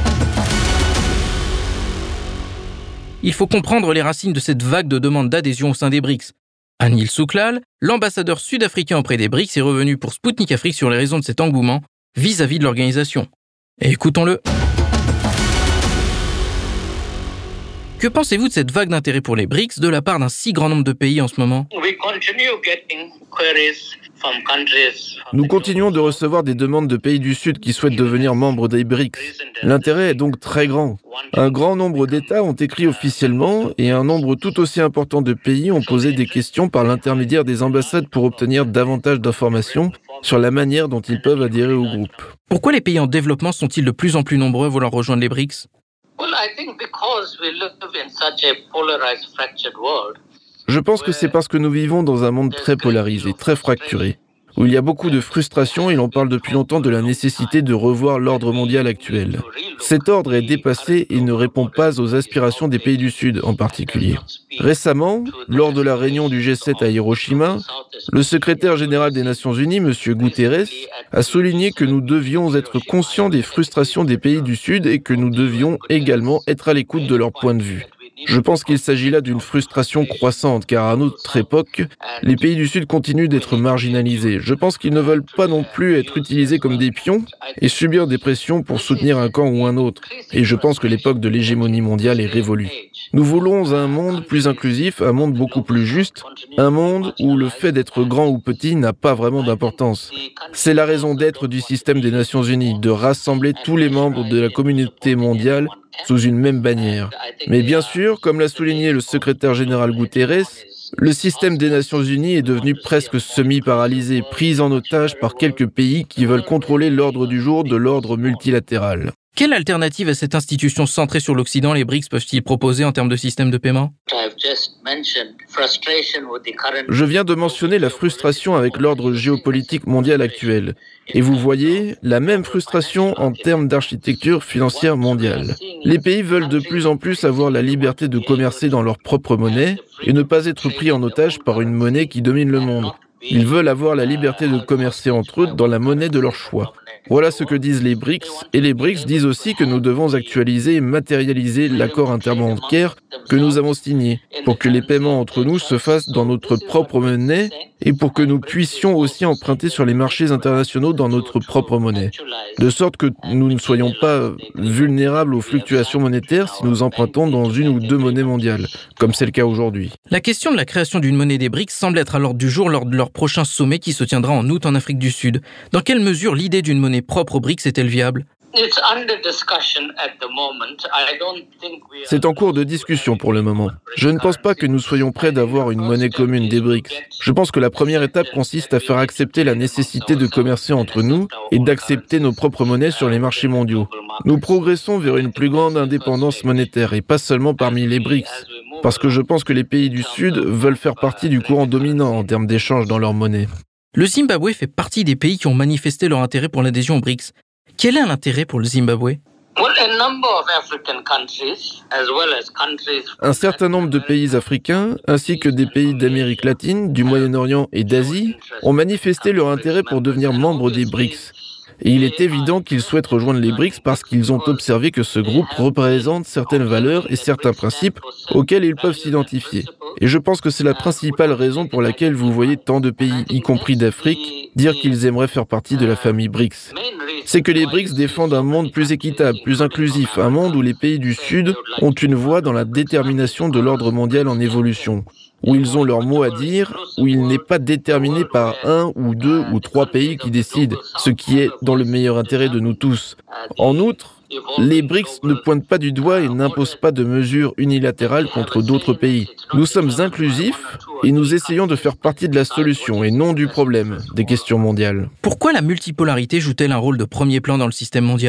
Il faut comprendre les racines de cette vague de demandes d'adhésion au sein des BRICS. Anil Souklal, l'ambassadeur sud-africain auprès des BRICS, est revenu pour Spoutnik Afrique sur les raisons de cet engouement vis-à-vis de l'organisation. Et écoutons-le. Que pensez-vous de cette vague d'intérêt pour les BRICS de la part d'un si grand nombre de pays en ce moment ? Nous continuons de recevoir des demandes de pays du Sud qui souhaitent devenir membres des BRICS. L'intérêt est donc très grand. Un grand nombre d'États ont écrit officiellement et un nombre tout aussi important de pays ont posé des questions par l'intermédiaire des ambassades pour obtenir davantage d'informations sur la manière dont ils peuvent adhérer au groupe. Pourquoi les pays en développement sont-ils de plus en plus nombreux à vouloir rejoindre les BRICS ? Je pense que c'est parce que nous vivons dans un monde très polarisé, très fracturé, où il y a beaucoup de frustration et l'on parle depuis longtemps de la nécessité de revoir l'ordre mondial actuel. Cet ordre est dépassé et ne répond pas aux aspirations des pays du Sud en particulier. Récemment, lors de la réunion du G7 à Hiroshima, le secrétaire général des Nations Unies, M. Guterres, a souligné que nous devions être conscients des frustrations des pays du Sud et que nous devions également être à l'écoute de leur point de vue. Je pense qu'il s'agit là d'une frustration croissante, car à notre époque, les pays du Sud continuent d'être marginalisés. Je pense qu'ils ne veulent pas non plus être utilisés comme des pions et subir des pressions pour soutenir un camp ou un autre. Et je pense que l'époque de l'hégémonie mondiale est révolue. Nous voulons un monde plus inclusif, un monde beaucoup plus juste, un monde où le fait d'être grand ou petit n'a pas vraiment d'importance. C'est la raison d'être du système des Nations Unies, de rassembler tous les membres de la communauté mondiale sous une même bannière. Mais bien sûr, comme l'a souligné le secrétaire général Guterres, le système des Nations Unies est devenu presque semi-paralysé, pris en otage par quelques pays qui veulent contrôler l'ordre du jour de l'ordre multilatéral. Quelle alternative à cette institution centrée sur l'Occident les BRICS peuvent-ils proposer en termes de système de paiement ? Je viens de mentionner la frustration avec l'ordre géopolitique mondial actuel. Et vous voyez la même frustration en termes d'architecture financière mondiale. Les pays veulent de plus en plus avoir la liberté de commercer dans leur propre monnaie et ne pas être pris en otage par une monnaie qui domine le monde. Ils veulent avoir la liberté de commercer entre eux dans la monnaie de leur choix. Voilà ce que disent les BRICS, et les BRICS disent aussi que nous devons actualiser et matérialiser l'accord interbancaire que nous avons signé, pour que les paiements entre nous se fassent dans notre propre monnaie et pour que nous puissions aussi emprunter sur les marchés internationaux dans notre propre monnaie, de sorte que nous ne soyons pas vulnérables aux fluctuations monétaires si nous empruntons dans une ou deux monnaies mondiales, comme c'est le cas aujourd'hui. La question de la création d'une monnaie des BRICS semble être à l'ordre du jour lors de leur prochain sommet qui se tiendra en août en Afrique du Sud. Dans quelle mesure l'idée d'une monnaie propre aux BRICS est-elle viable ? C'est en cours de discussion pour le moment. Je ne pense pas que nous soyons prêts d'avoir une monnaie commune des BRICS. Je pense que la première étape consiste à faire accepter la nécessité de commercer entre nous et d'accepter nos propres monnaies sur les marchés mondiaux. Nous progressons vers une plus grande indépendance monétaire et pas seulement parmi les BRICS. parce que je pense que les pays du Sud veulent faire partie du courant dominant en termes d'échange dans leur monnaie. Le Zimbabwe fait partie des pays qui ont manifesté leur intérêt pour l'adhésion aux BRICS. Quel est l'intérêt pour le Zimbabwe ? Un certain nombre de pays africains, ainsi que des pays d'Amérique latine, du Moyen-Orient et d'Asie, ont manifesté leur intérêt pour devenir membres des BRICS. Et il est évident qu'ils souhaitent rejoindre les BRICS parce qu'ils ont observé que ce groupe représente certaines valeurs et certains principes auxquels ils peuvent s'identifier. Et je pense que c'est la principale raison pour laquelle vous voyez tant de pays, y compris d'Afrique, dire qu'ils aimeraient faire partie de la famille BRICS. C'est que les BRICS défendent un monde plus équitable, plus inclusif, un monde où les pays du Sud ont une voix dans la détermination de l'ordre mondial en évolution, où ils ont leur mot à dire, où il n'est pas déterminé par un ou deux ou trois pays qui décident, ce qui est dans le meilleur intérêt de nous tous. En outre, les BRICS ne pointent pas du doigt et n'imposent pas de mesures unilatérales contre d'autres pays. Nous sommes inclusifs et nous essayons de faire partie de la solution et non du problème des questions mondiales. Pourquoi la multipolarité joue-t-elle un rôle de premier plan dans le système mondial ?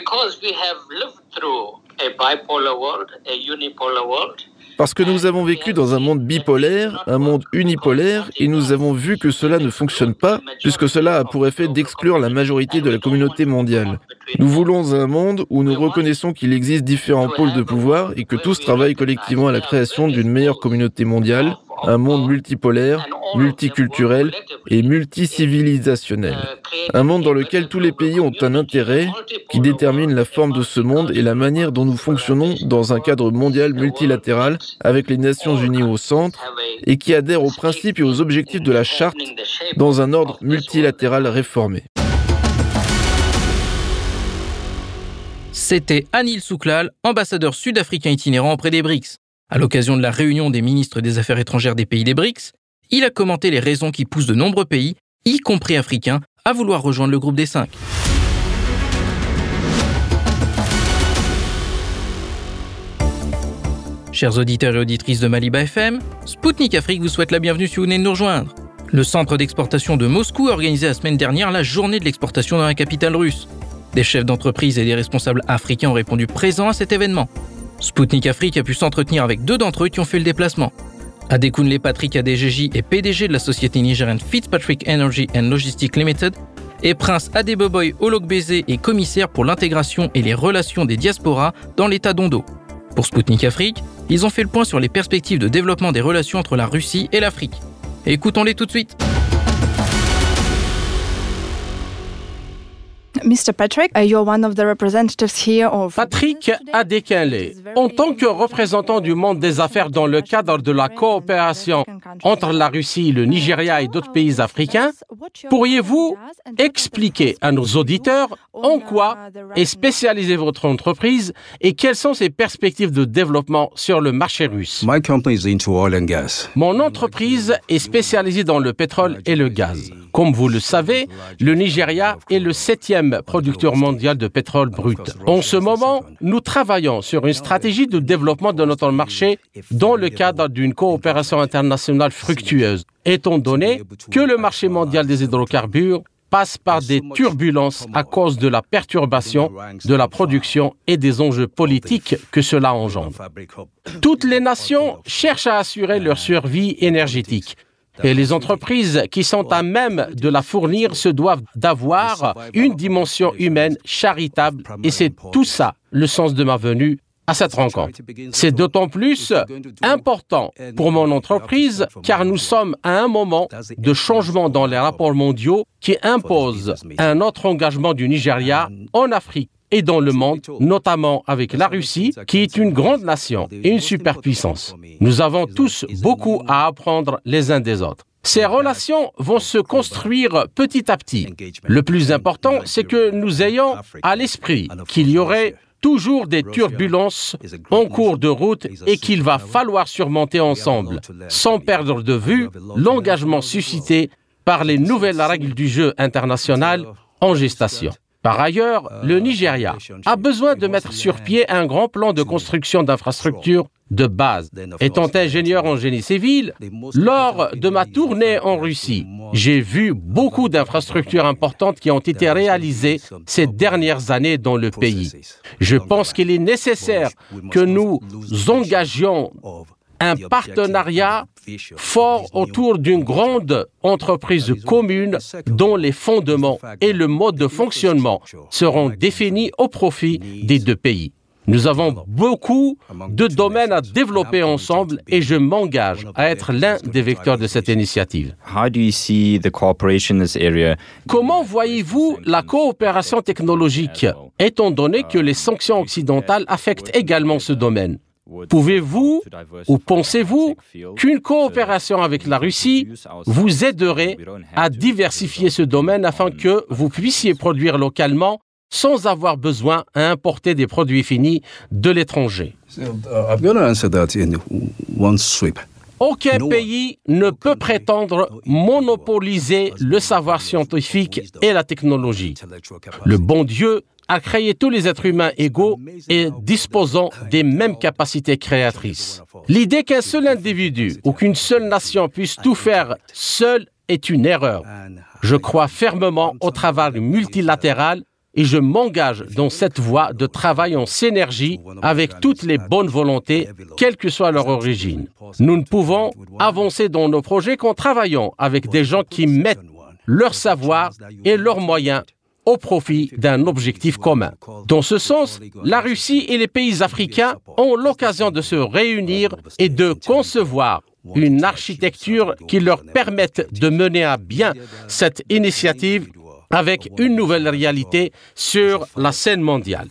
Parce que nous avons vécu dans un monde bipolaire, un monde unipolaire, et nous avons vu que cela ne fonctionne pas, puisque cela a pour effet d'exclure la majorité de la communauté mondiale. Nous voulons un monde où nous reconnaissons qu'il existe différents pôles de pouvoir et que tous travaillent collectivement à la création d'une meilleure communauté mondiale, un monde multipolaire, multiculturel et multicivilisationnel. Un monde dans lequel tous les pays ont un intérêt qui détermine la forme de ce monde et la manière dont nous fonctionnons dans un cadre mondial multilatéral avec les Nations Unies au centre et qui adhère aux principes et aux objectifs de la Charte dans un ordre multilatéral réformé. C'était Anil Souklal, ambassadeur sud-africain itinérant auprès des BRICS. À l'occasion de la réunion des ministres des Affaires étrangères des pays des BRICS, il a commenté les raisons qui poussent de nombreux pays, y compris africains, à vouloir rejoindre le groupe des 5. Chers auditeurs et auditrices de Maliba FM, Spoutnik Afrique vous souhaite la bienvenue si vous venez de nous rejoindre. Le centre d'exportation de Moscou a organisé la semaine dernière la journée de l'exportation dans la capitale russe. Des chefs d'entreprise et des responsables africains ont répondu présents à cet événement. Spoutnik Afrique a pu s'entretenir avec 2 d'entre eux qui ont fait le déplacement. Adekunle Patrick Adéjéji est PDG de la société nigérienne Fitzpatrick Energy and Logistics Limited et Prince Adeboboy Ologbeze est commissaire pour l'intégration et les relations des diasporas dans l'état d'Ondo. Pour Spoutnik Afrique, ils ont fait le point sur les perspectives de développement des relations entre la Russie et l'Afrique. Écoutons-les tout de suite. Patrick Adekunle, en tant que représentant du monde des affaires dans le cadre de la coopération entre la Russie, le Nigeria et d'autres pays africains, pourriez-vous expliquer à nos auditeurs en quoi est spécialisée votre entreprise et quelles sont ses perspectives de développement sur le marché russe? Mon entreprise est spécialisée dans le pétrole et le gaz. Comme vous le savez, le Nigeria est le 7e producteur mondial de pétrole brut. En ce moment, nous travaillons sur une stratégie de développement de notre marché dans le cadre d'une coopération internationale fructueuse, étant donné que le marché mondial des hydrocarbures passe par des turbulences à cause de la perturbation de la production et des enjeux politiques que cela engendre. Toutes les nations cherchent à assurer leur survie énergétique. Et les entreprises qui sont à même de la fournir se doivent d'avoir une dimension humaine charitable. Et c'est tout ça le sens de ma venue à cette rencontre. C'est d'autant plus important pour mon entreprise car nous sommes à un moment de changement dans les rapports mondiaux qui impose un autre engagement du Nigeria en Afrique et dans le monde, notamment avec la Russie, qui est une grande nation et une superpuissance. Nous avons tous beaucoup à apprendre les uns des autres. Ces relations vont se construire petit à petit. Le plus important, c'est que nous ayons à l'esprit qu'il y aurait toujours des turbulences en cours de route et qu'il va falloir surmonter ensemble, sans perdre de vue l'engagement suscité par les nouvelles règles du jeu international en gestation. Par ailleurs, le Nigeria a besoin de mettre sur pied un grand plan de construction d'infrastructures de base. Étant ingénieur en génie civil, lors de ma tournée en Russie, j'ai vu beaucoup d'infrastructures importantes qui ont été réalisées ces dernières années dans le pays. Je pense qu'il est nécessaire que nous engagions un partenariat fort autour d'une grande entreprise commune dont les fondements et le mode de fonctionnement seront définis au profit des deux pays. Nous avons beaucoup de domaines à développer ensemble et je m'engage à être l'un des vecteurs de cette initiative. Comment voyez-vous la coopération technologique, étant donné que les sanctions occidentales affectent également ce domaine? Pouvez-vous ou pensez-vous qu'une coopération avec la Russie vous aiderait à diversifier ce domaine afin que vous puissiez produire localement sans avoir besoin à importer des produits finis de l'étranger? Aucun pays ne peut prétendre monopoliser le savoir scientifique et la technologie. Le bon Dieu a créé tous les êtres humains égaux et disposant des mêmes capacités créatrices. L'idée qu'un seul individu ou qu'une seule nation puisse tout faire seul est une erreur. Je crois fermement au travail multilatéral et je m'engage dans cette voie de travail en synergie avec toutes les bonnes volontés, quelle que soit leur origine. Nous ne pouvons avancer dans nos projets qu'en travaillant avec des gens qui mettent leur savoir et leurs moyens au profit d'un objectif commun. Dans ce sens, la Russie et les pays africains ont l'occasion de se réunir et de concevoir une architecture qui leur permette de mener à bien cette initiative avec une nouvelle réalité sur la scène mondiale.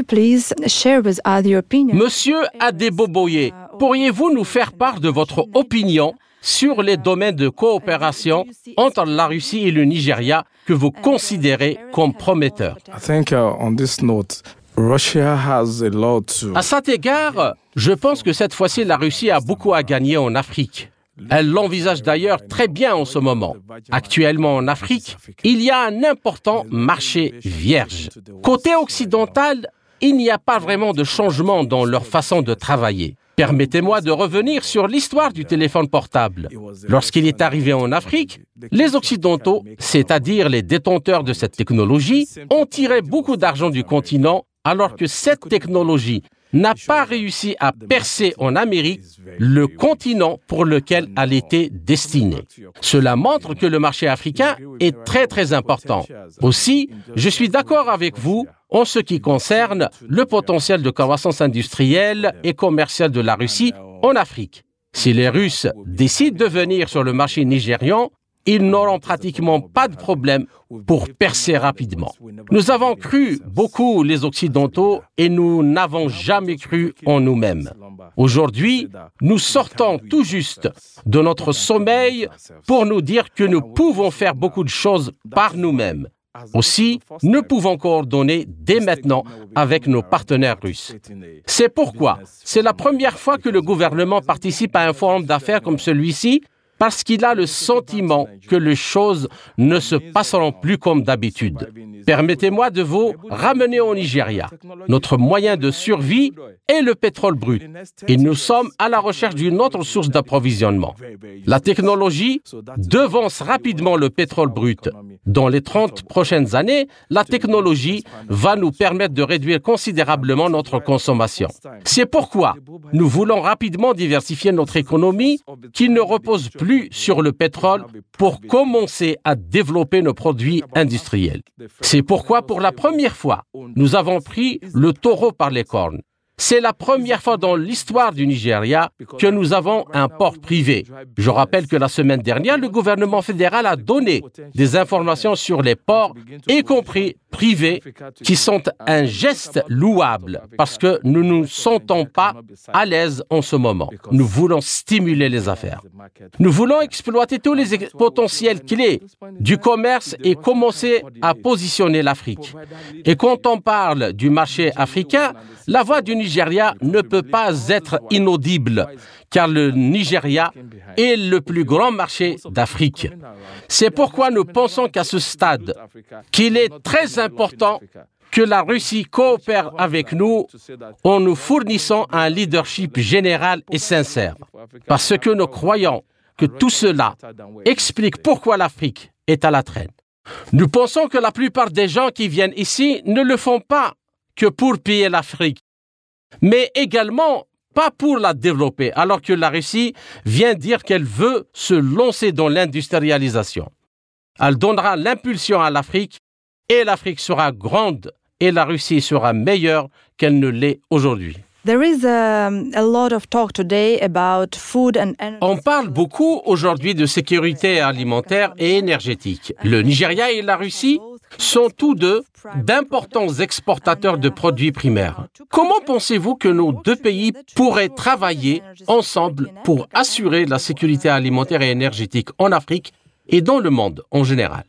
Monsieur Adeboboye, pourriez-vous nous faire part de votre opinion sur les domaines de coopération entre la Russie et le Nigeria que vous considérez comme prometteurs? À cet égard, je pense que cette fois-ci, la Russie a beaucoup à gagner en Afrique. Elle l'envisage d'ailleurs très bien en ce moment. Actuellement en Afrique, il y a un important marché vierge. Côté occidental, il n'y a pas vraiment de changement dans leur façon de travailler. Permettez-moi de revenir sur l'histoire du téléphone portable. Lorsqu'il est arrivé en Afrique, les Occidentaux, c'est-à-dire les détenteurs de cette technologie, ont tiré beaucoup d'argent du continent alors que cette technologie n'a pas réussi à percer en Amérique le continent pour lequel elle était destinée. Cela montre que le marché africain est très très important. Aussi, je suis d'accord avec vous en ce qui concerne le potentiel de croissance industrielle et commerciale de la Russie en Afrique. Si les Russes décident de venir sur le marché nigérian, ils n'auront pratiquement pas de problème pour percer rapidement. Nous avons cru beaucoup les Occidentaux et nous n'avons jamais cru en nous-mêmes. Aujourd'hui, nous sortons tout juste de notre sommeil pour nous dire que nous pouvons faire beaucoup de choses par nous-mêmes. Aussi, nous pouvons coordonner dès maintenant avec nos partenaires russes. C'est pourquoi c'est la première fois que le gouvernement participe à un forum d'affaires comme celui-ci, parce qu'il a le sentiment que les choses ne se passeront plus comme d'habitude. Permettez-moi de vous ramener au Nigeria. Notre moyen de survie est le pétrole brut et nous sommes à la recherche d'une autre source d'approvisionnement. La technologie devance rapidement le pétrole brut. Dans les 30 prochaines années, la technologie va nous permettre de réduire considérablement notre consommation. C'est pourquoi nous voulons rapidement diversifier notre économie qui ne repose plus sur le pétrole pour commencer à développer nos produits industriels. C'est pourquoi, pour la première fois, nous avons pris le taureau par les cornes. C'est la première fois dans l'histoire du Nigeria que nous avons un port privé. Je rappelle que la semaine dernière, le gouvernement fédéral a donné des informations sur les ports, y compris privés, qui sont un geste louable parce que nous ne nous sentons pas à l'aise en ce moment. Nous voulons stimuler les affaires. Nous voulons exploiter tous les potentiels clés du commerce et commencer à positionner l'Afrique. Et quand on parle du marché africain, la voix du Nigeria ne peut pas être inaudible, car le Nigeria est le plus grand marché d'Afrique. C'est pourquoi nous pensons qu'à ce stade, qu'il est très important que la Russie coopère avec nous en nous fournissant un leadership général et sincère. Parce que nous croyons que tout cela explique pourquoi l'Afrique est à la traîne. Nous pensons que la plupart des gens qui viennent ici ne le font pas que pour piller l'Afrique, mais également pas pour la développer, alors que la Russie vient dire qu'elle veut se lancer dans l'industrialisation. Elle donnera l'impulsion à l'Afrique et l'Afrique sera grande et la Russie sera meilleure qu'elle ne l'est aujourd'hui. On parle beaucoup aujourd'hui de sécurité alimentaire et énergétique. Le Nigeria et la Russie sont tous deux d'importants exportateurs de produits primaires. Comment pensez-vous que nos deux pays pourraient travailler ensemble pour assurer la sécurité alimentaire et énergétique en Afrique et dans le monde en général?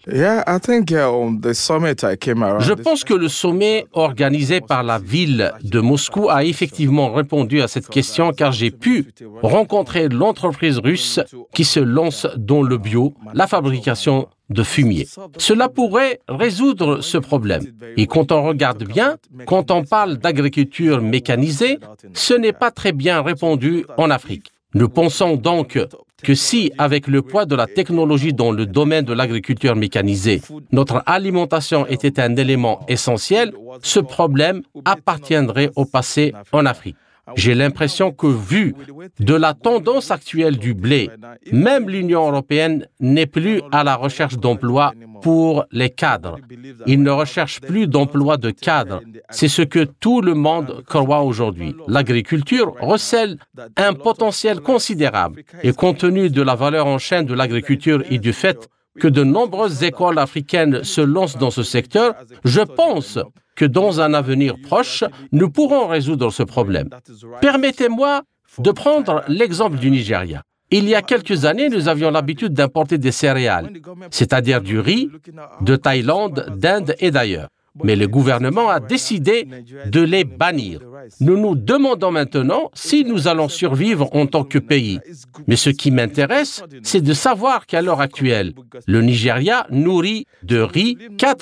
Je pense que le sommet organisé par la ville de Moscou a effectivement répondu à cette question car j'ai pu rencontrer l'entreprise russe qui se lance dans le bio, la fabrication de fumier. Cela pourrait résoudre ce problème. Et quand on regarde bien, quand on parle d'agriculture mécanisée, ce n'est pas très bien répandu en Afrique. Nous pensons donc que si, avec le poids de la technologie dans le domaine de l'agriculture mécanisée, notre alimentation était un élément essentiel, ce problème appartiendrait au passé en Afrique. J'ai l'impression que, vu de la tendance actuelle du blé, même l'Union européenne n'est plus à la recherche d'emplois pour les cadres. Ils ne recherchent plus d'emplois de cadres. C'est ce que tout le monde croit aujourd'hui. L'agriculture recèle un potentiel considérable. Et compte tenu de la valeur en chaîne de l'agriculture et du fait que de nombreuses écoles africaines se lancent dans ce secteur, je pense que dans un avenir proche, nous pourrons résoudre ce problème. Permettez-moi de prendre l'exemple du Nigeria. Il y a quelques années, nous avions l'habitude d'importer des céréales, c'est-à-dire du riz, de Thaïlande, d'Inde et d'ailleurs. Mais le gouvernement a décidé de les bannir. Nous nous demandons maintenant si nous allons survivre en tant que pays. Mais ce qui m'intéresse, c'est de savoir qu'à l'heure actuelle, le Nigeria nourrit de riz,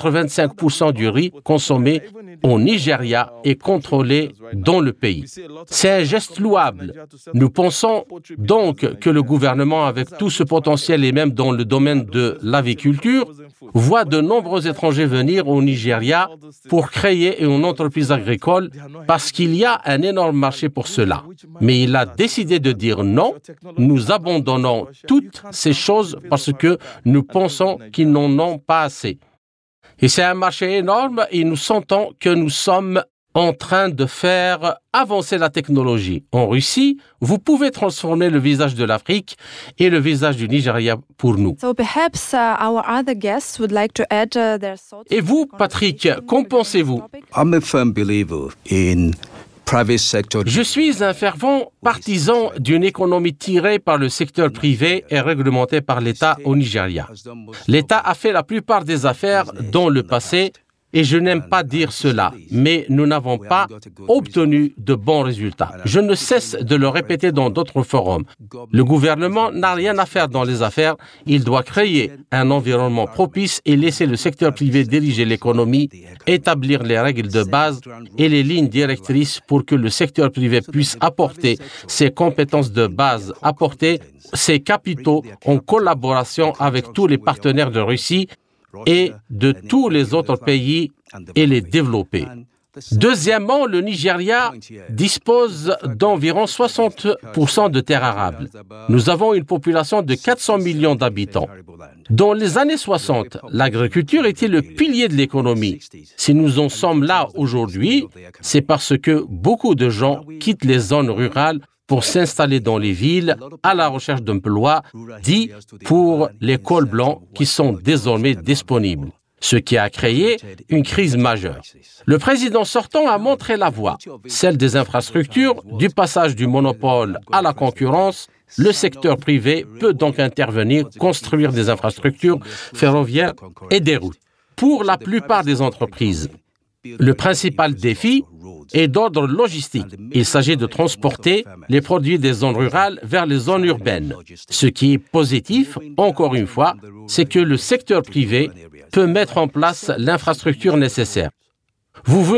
85% du riz consommé au Nigeria est contrôlé dans le pays. C'est un geste louable. Nous pensons donc que le gouvernement, avec tout ce potentiel et même dans le domaine de l'aviculture, voit de nombreux étrangers venir au Nigeria pour créer une entreprise agricole parce qu'il y a un énorme marché pour cela. Mais il a décidé de dire non, nous abandonnons toutes ces choses parce que nous pensons qu'ils n'en ont pas assez. Et c'est un marché énorme et nous sentons que nous sommes en train de faire avancer la technologie. En Russie, vous pouvez transformer le visage de l'Afrique et le visage du Nigeria pour nous. Et vous, Patrick, qu'en pensez-vous? Je suis un fervent partisan d'une économie tirée par le secteur privé et réglementée par l'État au Nigeria. L'État a fait la plupart des affaires dans le passé et je n'aime pas dire cela, mais nous n'avons pas obtenu de bons résultats. Je ne cesse de le répéter dans d'autres forums. Le gouvernement n'a rien à faire dans les affaires, il doit créer un environnement propice et laisser le secteur privé diriger l'économie, établir les règles de base et les lignes directrices pour que le secteur privé puisse apporter ses compétences de base, apporter ses capitaux en collaboration avec tous les partenaires de Russie et de tous les autres pays et les développer. Deuxièmement, le Nigeria dispose d'environ 60% de terres arables. Nous avons une population de 400 millions d'habitants. Dans les années 60, l'agriculture était le pilier de l'économie. Si nous en sommes là aujourd'hui, c'est parce que beaucoup de gens quittent les zones rurales pour s'installer dans les villes à la recherche d'emplois, dits pour les cols blancs qui sont désormais disponibles, ce qui a créé une crise majeure. Le président sortant a montré la voie, celle des infrastructures, du passage du monopole à la concurrence. Le secteur privé peut donc intervenir, construire des infrastructures ferroviaires et des routes. Pour la plupart des entreprises, le principal défi est d'ordre logistique. Il s'agit de transporter les produits des zones rurales vers les zones urbaines. Ce qui est positif, encore une fois, c'est que le secteur privé peut mettre en place l'infrastructure nécessaire. Vous venez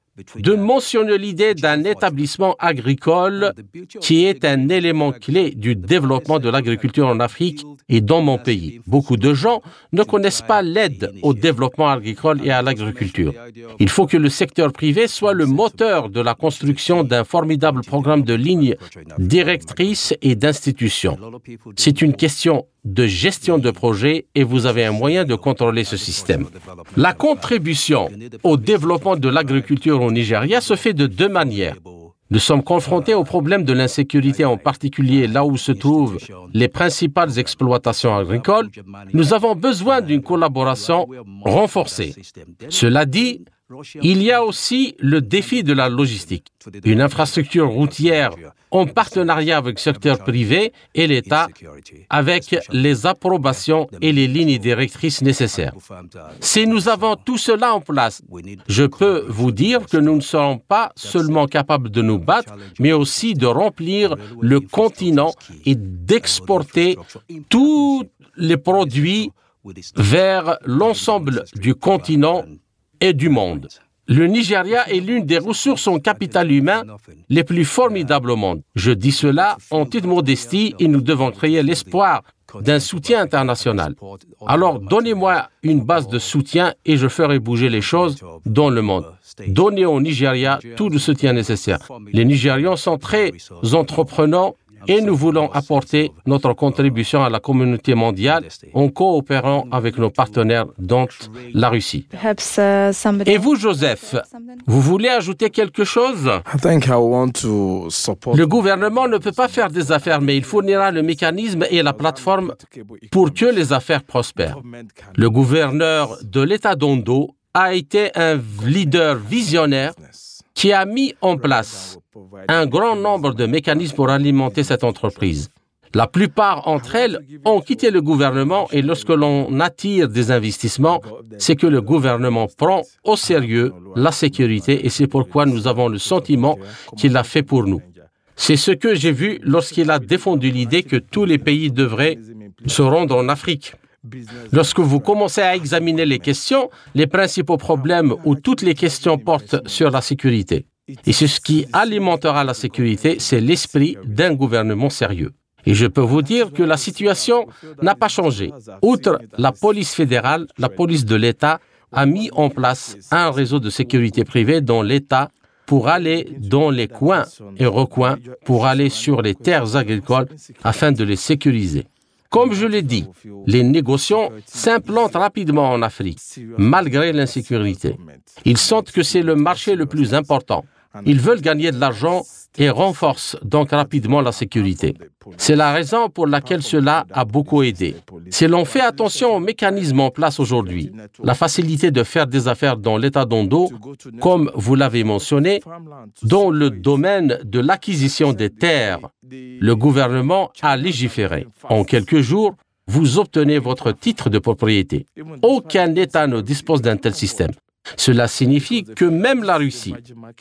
de mentionner l'idée d'un établissement agricole qui est un élément clé du développement de l'agriculture en Afrique et dans mon pays. Beaucoup de gens ne connaissent pas l'aide au développement agricole et à l'agriculture. Il faut que le secteur privé soit le moteur de la construction d'un formidable programme de lignes directrices et d'institutions. C'est une question de gestion de projet et vous avez un moyen de contrôler ce système. La contribution au développement de l'agriculture au Nigeria se fait de deux manières. Nous sommes confrontés au problème de l'insécurité, en particulier là où se trouvent les principales exploitations agricoles. Nous avons besoin d'une collaboration renforcée. Cela dit, il y a aussi le défi de la logistique. Une infrastructure routière en partenariat avec le secteur privé et l'État, avec les approbations et les lignes directrices nécessaires. Si nous avons tout cela en place, je peux vous dire que nous ne serons pas seulement capables de nous battre, mais aussi de remplir le continent et d'exporter tous les produits vers l'ensemble du continent et du monde. Le Nigeria est l'une des ressources en capital humain les plus formidables au monde. Je dis cela en toute modestie et nous devons créer l'espoir d'un soutien international. Alors, donnez-moi une base de soutien et je ferai bouger les choses dans le monde. Donnez au Nigeria tout le soutien nécessaire. Les Nigérians sont très entreprenants et nous voulons apporter notre contribution à la communauté mondiale en coopérant avec nos partenaires, dont la Russie. Et vous, Joseph, vous voulez ajouter quelque chose? Le gouvernement ne peut pas faire des affaires, mais il fournira le mécanisme et la plateforme pour que les affaires prospèrent. Le gouverneur de l'État d'Ondo a été un leader visionnaire qui a mis en place un grand nombre de mécanismes pour alimenter cette entreprise. La plupart d'entre elles ont quitté le gouvernement et lorsque l'on attire des investissements, c'est que le gouvernement prend au sérieux la sécurité et c'est pourquoi nous avons le sentiment qu'il l'a fait pour nous. C'est ce que j'ai vu lorsqu'il a défendu l'idée que tous les pays devraient se rendre en Afrique. Lorsque vous commencez à examiner les questions, les principaux problèmes ou toutes les questions portent sur la sécurité. Et c'est ce qui alimentera la sécurité, c'est l'esprit d'un gouvernement sérieux. Et je peux vous dire que la situation n'a pas changé. Outre la police fédérale, la police de l'État a mis en place un réseau de sécurité privée dans l'État pour aller dans les coins et recoins, pour aller sur les terres agricoles afin de les sécuriser. Comme je l'ai dit, les négociants s'implantent rapidement en Afrique, malgré l'insécurité. Ils sentent que c'est le marché le plus important. Ils veulent gagner de l'argent et renforcent donc rapidement la sécurité. C'est la raison pour laquelle cela a beaucoup aidé. Si l'on fait attention aux mécanismes en place aujourd'hui, la facilité de faire des affaires dans l'État d'Ondo, comme vous l'avez mentionné, dans le domaine de l'acquisition des terres, le gouvernement a légiféré. En quelques jours, vous obtenez votre titre de propriété. Aucun État ne dispose d'un tel système. Cela signifie que même la Russie,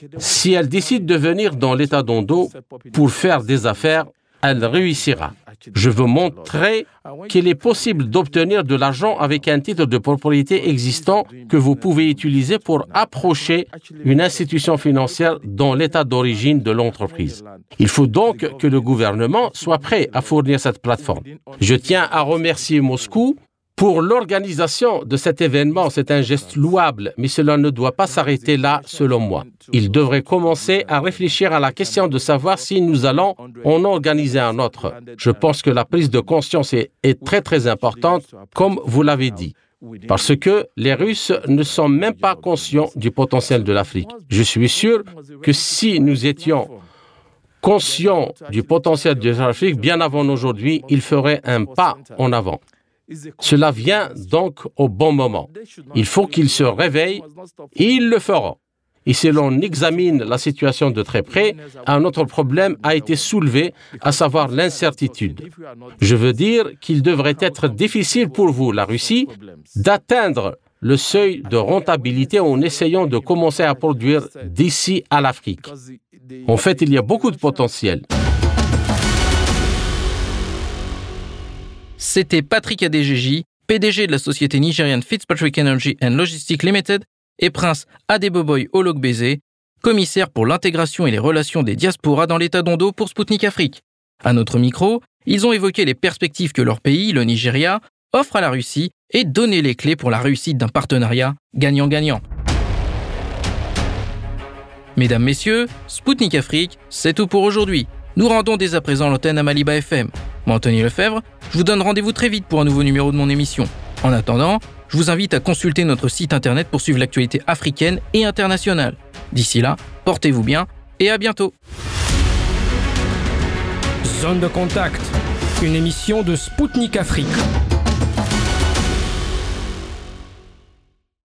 si elle décide de venir dans l'État d'Ondo pour faire des affaires, elle réussira. Je veux montrer qu'il est possible d'obtenir de l'argent avec un titre de propriété existant que vous pouvez utiliser pour approcher une institution financière dans l'état d'origine de l'entreprise. Il faut donc que le gouvernement soit prêt à fournir cette plateforme. Je tiens à remercier Moscou pour l'organisation de cet événement. C'est un geste louable, mais cela ne doit pas s'arrêter là, selon moi. Il devrait commencer à réfléchir à la question de savoir si nous allons en organiser un autre. Je pense que la prise de conscience est très très importante, comme vous l'avez dit, parce que les Russes ne sont même pas conscients du potentiel de l'Afrique. Je suis sûr que si nous étions conscients du potentiel de l'Afrique bien avant aujourd'hui, ils feraient un pas en avant. Cela vient donc au bon moment. Il faut qu'ils se réveillent et ils le feront. Et si l'on examine la situation de très près, un autre problème a été soulevé, à savoir l'incertitude. Je veux dire qu'il devrait être difficile pour vous, la Russie, d'atteindre le seuil de rentabilité en essayant de commencer à produire d'ici à l'Afrique. En fait, il y a beaucoup de potentiel. C'était Patrick Adejeji, PDG de la société nigériane Fitzpatrick Energy and Logistics Limited, et Prince Adeboboy Ologbeze, commissaire pour l'intégration et les relations des diasporas dans l'État d'Ondo pour Spoutnik Afrique. À notre micro, ils ont évoqué les perspectives que leur pays, le Nigeria, offre à la Russie et donné les clés pour la réussite d'un partenariat gagnant-gagnant. Mesdames, Messieurs, Spoutnik Afrique, c'est tout pour aujourd'hui. Nous rendons dès à présent l'antenne à Maliba FM. Moi, Anthony Lefebvre, je vous donne rendez-vous très vite pour un nouveau numéro de mon émission. En attendant, je vous invite à consulter notre site internet pour suivre l'actualité africaine et internationale. D'ici là, portez-vous bien et à bientôt. Zone de contact, une émission de Spoutnik Afrique.